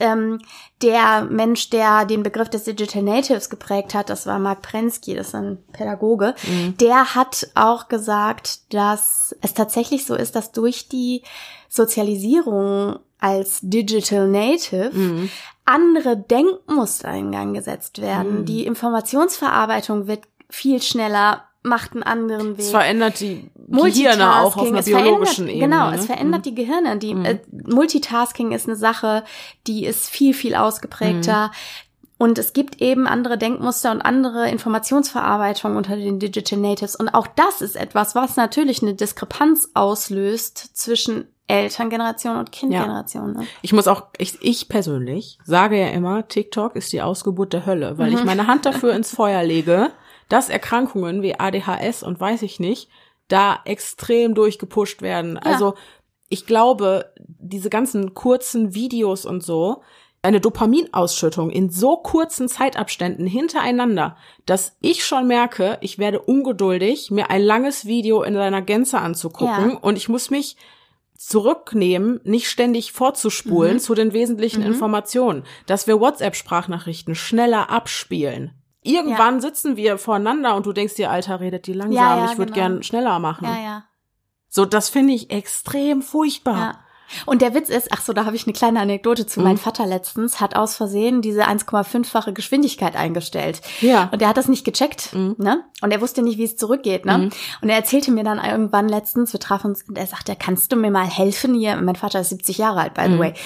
der Mensch, der den Begriff des Digital Natives geprägt hat, das war Mark Prensky, das ist ein Pädagoge, der hat auch gesagt, dass es tatsächlich so ist, dass durch die Sozialisierung als Digital Native andere Denkmuster in Gang gesetzt werden. Die Informationsverarbeitung wird viel schneller, macht einen anderen Weg. Es verändert die Gehirne auch auf einer biologischen Ebene. Genau, es verändert die Gehirne. Multitasking ist eine Sache, die ist viel, viel ausgeprägter. Und es gibt eben andere Denkmuster und andere Informationsverarbeitung unter den Digital Natives. Und auch das ist etwas, was natürlich eine Diskrepanz auslöst zwischen Elterngeneration und Kindgeneration. Ne? Ich persönlich sage ja immer, TikTok ist die Ausgeburt der Hölle, weil ich meine Hand dafür ins Feuer lege, dass Erkrankungen wie ADHS und weiß ich nicht, da extrem durchgepusht werden. Ja. Also ich glaube, diese ganzen kurzen Videos und so, eine Dopaminausschüttung in so kurzen Zeitabständen hintereinander, dass ich schon merke, ich werde ungeduldig, mir ein langes Video in seiner Gänze anzugucken und ich muss mich zurücknehmen, nicht ständig vorzuspulen zu den wesentlichen Informationen, dass wir WhatsApp-Sprachnachrichten schneller abspielen. Irgendwann sitzen wir voreinander und du denkst dir, Alter, redet die langsam, ich würde gern schneller machen. So, das finde ich extrem furchtbar. Ja. Und der Witz ist, da habe ich eine kleine Anekdote zu. Mein Vater letztens hat aus Versehen diese 1,5-fache Geschwindigkeit eingestellt. Ja. Und er hat das nicht gecheckt, ne? Und er wusste nicht, wie es zurückgeht, ne? Und er erzählte mir dann irgendwann letztens, wir trafen uns, und er sagte, kannst du mir mal helfen hier? Mein Vater ist 70 Jahre alt, by the way.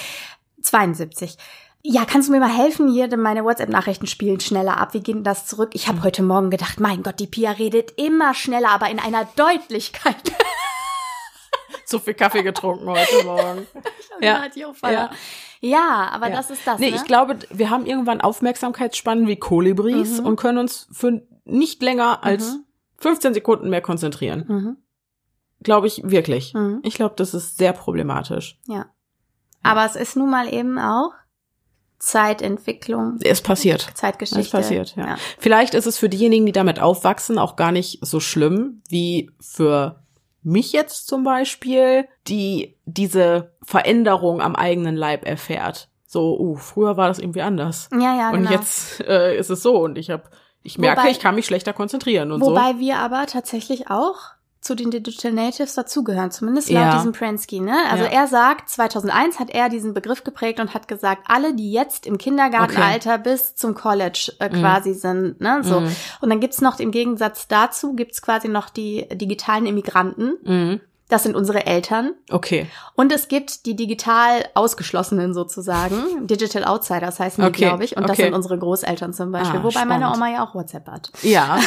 72. Ja, kannst du mir mal helfen hier, denn meine WhatsApp-Nachrichten spielen schneller ab. Wie geht denn das zurück? Ich habe heute Morgen gedacht, mein Gott, die Pia redet immer schneller, aber in einer Deutlichkeit. Zu viel Kaffee getrunken heute Morgen. Ja, aber das ist das, Nee, ne? Ich glaube, wir haben irgendwann Aufmerksamkeitsspannen wie Kolibris und können uns für nicht länger als 15 Sekunden mehr konzentrieren. Glaube ich wirklich. Ich glaube, das ist sehr problematisch. Ja. Aber es ist nun mal eben auch Zeitentwicklung. Es passiert. Zeitgeschichte. Es passiert, ja. Vielleicht ist es für diejenigen, die damit aufwachsen, auch gar nicht so schlimm wie für mich jetzt zum Beispiel, die diese Veränderung am eigenen Leib erfährt. So, früher war das irgendwie anders. Ja, und genau. jetzt ist es so und ich merke, ich kann mich schlechter konzentrieren und wobei wir aber tatsächlich auch zu den Digital Natives dazugehören, zumindest laut diesem Prensky, ne? Also er sagt, 2001 hat er diesen Begriff geprägt und hat gesagt, alle, die jetzt im Kindergartenalter bis zum College quasi sind, ne? So. Und dann gibt's noch, im Gegensatz dazu, gibt's quasi noch die digitalen Immigranten. Das sind unsere Eltern. Okay. Und es gibt die digital Ausgeschlossenen sozusagen, Digital Outsiders heißen die, glaube ich. Und das sind unsere Großeltern zum Beispiel, wobei spannend. meine Oma ja auch WhatsApp hat. Ja,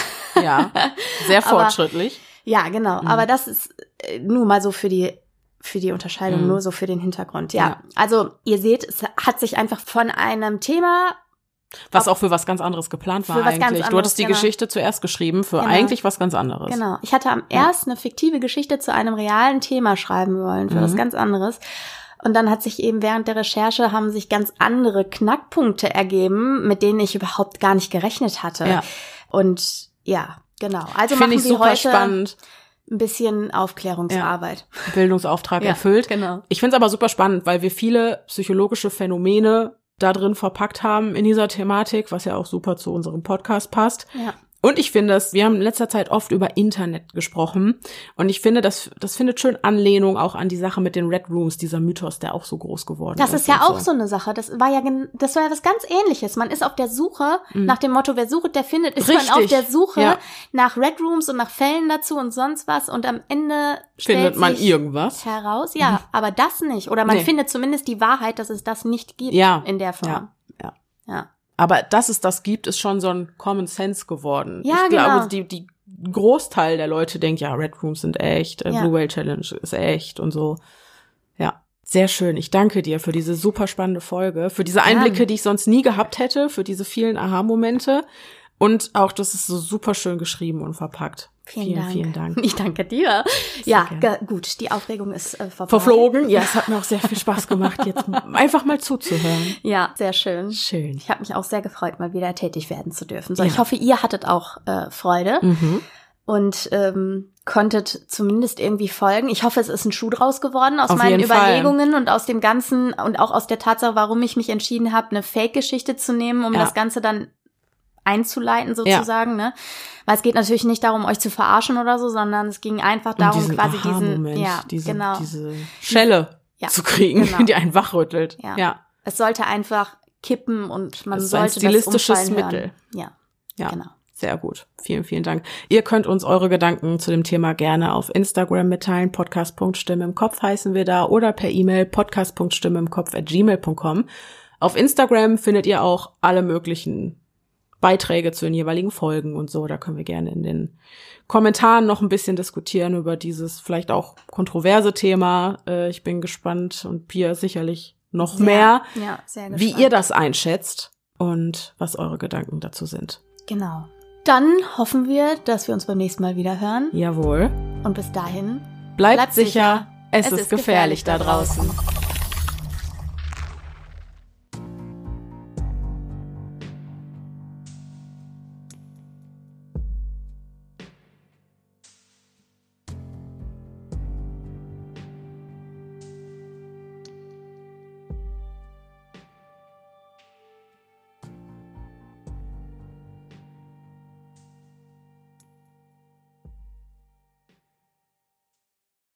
sehr fortschrittlich. Ja, genau. Aber das ist nur mal so für die Unterscheidung, nur so für den Hintergrund. Ja, also ihr seht, es hat sich einfach von einem Thema, was auch für was ganz anderes geplant war eigentlich. Du hattest die Geschichte zuerst geschrieben für eigentlich was ganz anderes. Genau. Ich hatte erst eine fiktive Geschichte zu einem realen Thema schreiben wollen, für was ganz anderes. Und dann hat sich eben während der Recherche haben sich ganz andere Knackpunkte ergeben, mit denen ich überhaupt gar nicht gerechnet hatte. Ja. Und ja, genau. Also machen wir heute spannend. Ein bisschen Aufklärungsarbeit. Ja. Bildungsauftrag erfüllt. Genau. Ich finde es aber super spannend, weil wir viele psychologische Phänomene da drin verpackt haben in dieser Thematik, was ja auch super zu unserem Podcast passt. Ja. Und ich finde, wir haben in letzter Zeit oft über Internet gesprochen und ich finde, das findet schön Anlehnung auch an die Sache mit den Red Rooms, dieser Mythos, der auch so groß geworden ist. Das ist ja auch so eine Sache. Das war ja was ganz Ähnliches. Man ist auf der Suche nach dem Motto, wer sucht, der findet, ist man auf der Suche nach Red Rooms und nach Fällen dazu und sonst was und am Ende findet man irgendwas heraus. Ja, aber das nicht. Oder man findet zumindest die Wahrheit, dass es das nicht gibt in der Form. Ja. Aber dass es das gibt, ist schon so ein Common Sense geworden. Ja, ich glaube, die Großteil der Leute denkt, ja, Red Rooms sind echt, Blue Whale Challenge ist echt und so. Ja, sehr schön. Ich danke dir für diese super spannende Folge, für diese Einblicke, die ich sonst nie gehabt hätte, für diese vielen Aha-Momente und auch, das ist so super schön geschrieben und verpackt. Vielen Dank. Ich danke dir. Gut, die Aufregung ist verflogen. Ja, es hat mir auch sehr viel Spaß gemacht, jetzt einfach mal zuzuhören. Ja, sehr schön. Ich habe mich auch sehr gefreut, mal wieder tätig werden zu dürfen. So, ich hoffe, ihr hattet auch Freude und konntet zumindest irgendwie folgen. Ich hoffe, es ist ein Schuh draus geworden aus meinen Überlegungen und aus dem Ganzen und auch aus der Tatsache, warum ich mich entschieden habe, eine Fake-Geschichte zu nehmen, um das Ganze dann einzuleiten sozusagen, ne? Weil es geht natürlich nicht darum, euch zu verarschen oder so, sondern es ging einfach darum, quasi diese Schelle zu kriegen, die einen wachrüttelt. Ja. Es sollte einfach kippen und man sollte ein stilistisches das Mittel. Ja, genau. Sehr gut. Vielen Dank. Ihr könnt uns eure Gedanken zu dem Thema gerne auf Instagram mitteilen. Podcast.stimme im Kopf heißen wir da oder per E-Mail podcast.stimmeimkopf@gmail.com. Auf Instagram findet ihr auch alle möglichen Beiträge zu den jeweiligen Folgen und so. Da können wir gerne in den Kommentaren noch ein bisschen diskutieren über dieses vielleicht auch kontroverse Thema. Ich bin gespannt und Pia sicherlich noch mehr, sehr gespannt, wie ihr das einschätzt und was eure Gedanken dazu sind. Genau. Dann hoffen wir, dass wir uns beim nächsten Mal wieder hören. Jawohl. Und bis dahin bleibt sicher, es ist gefährlich da draußen.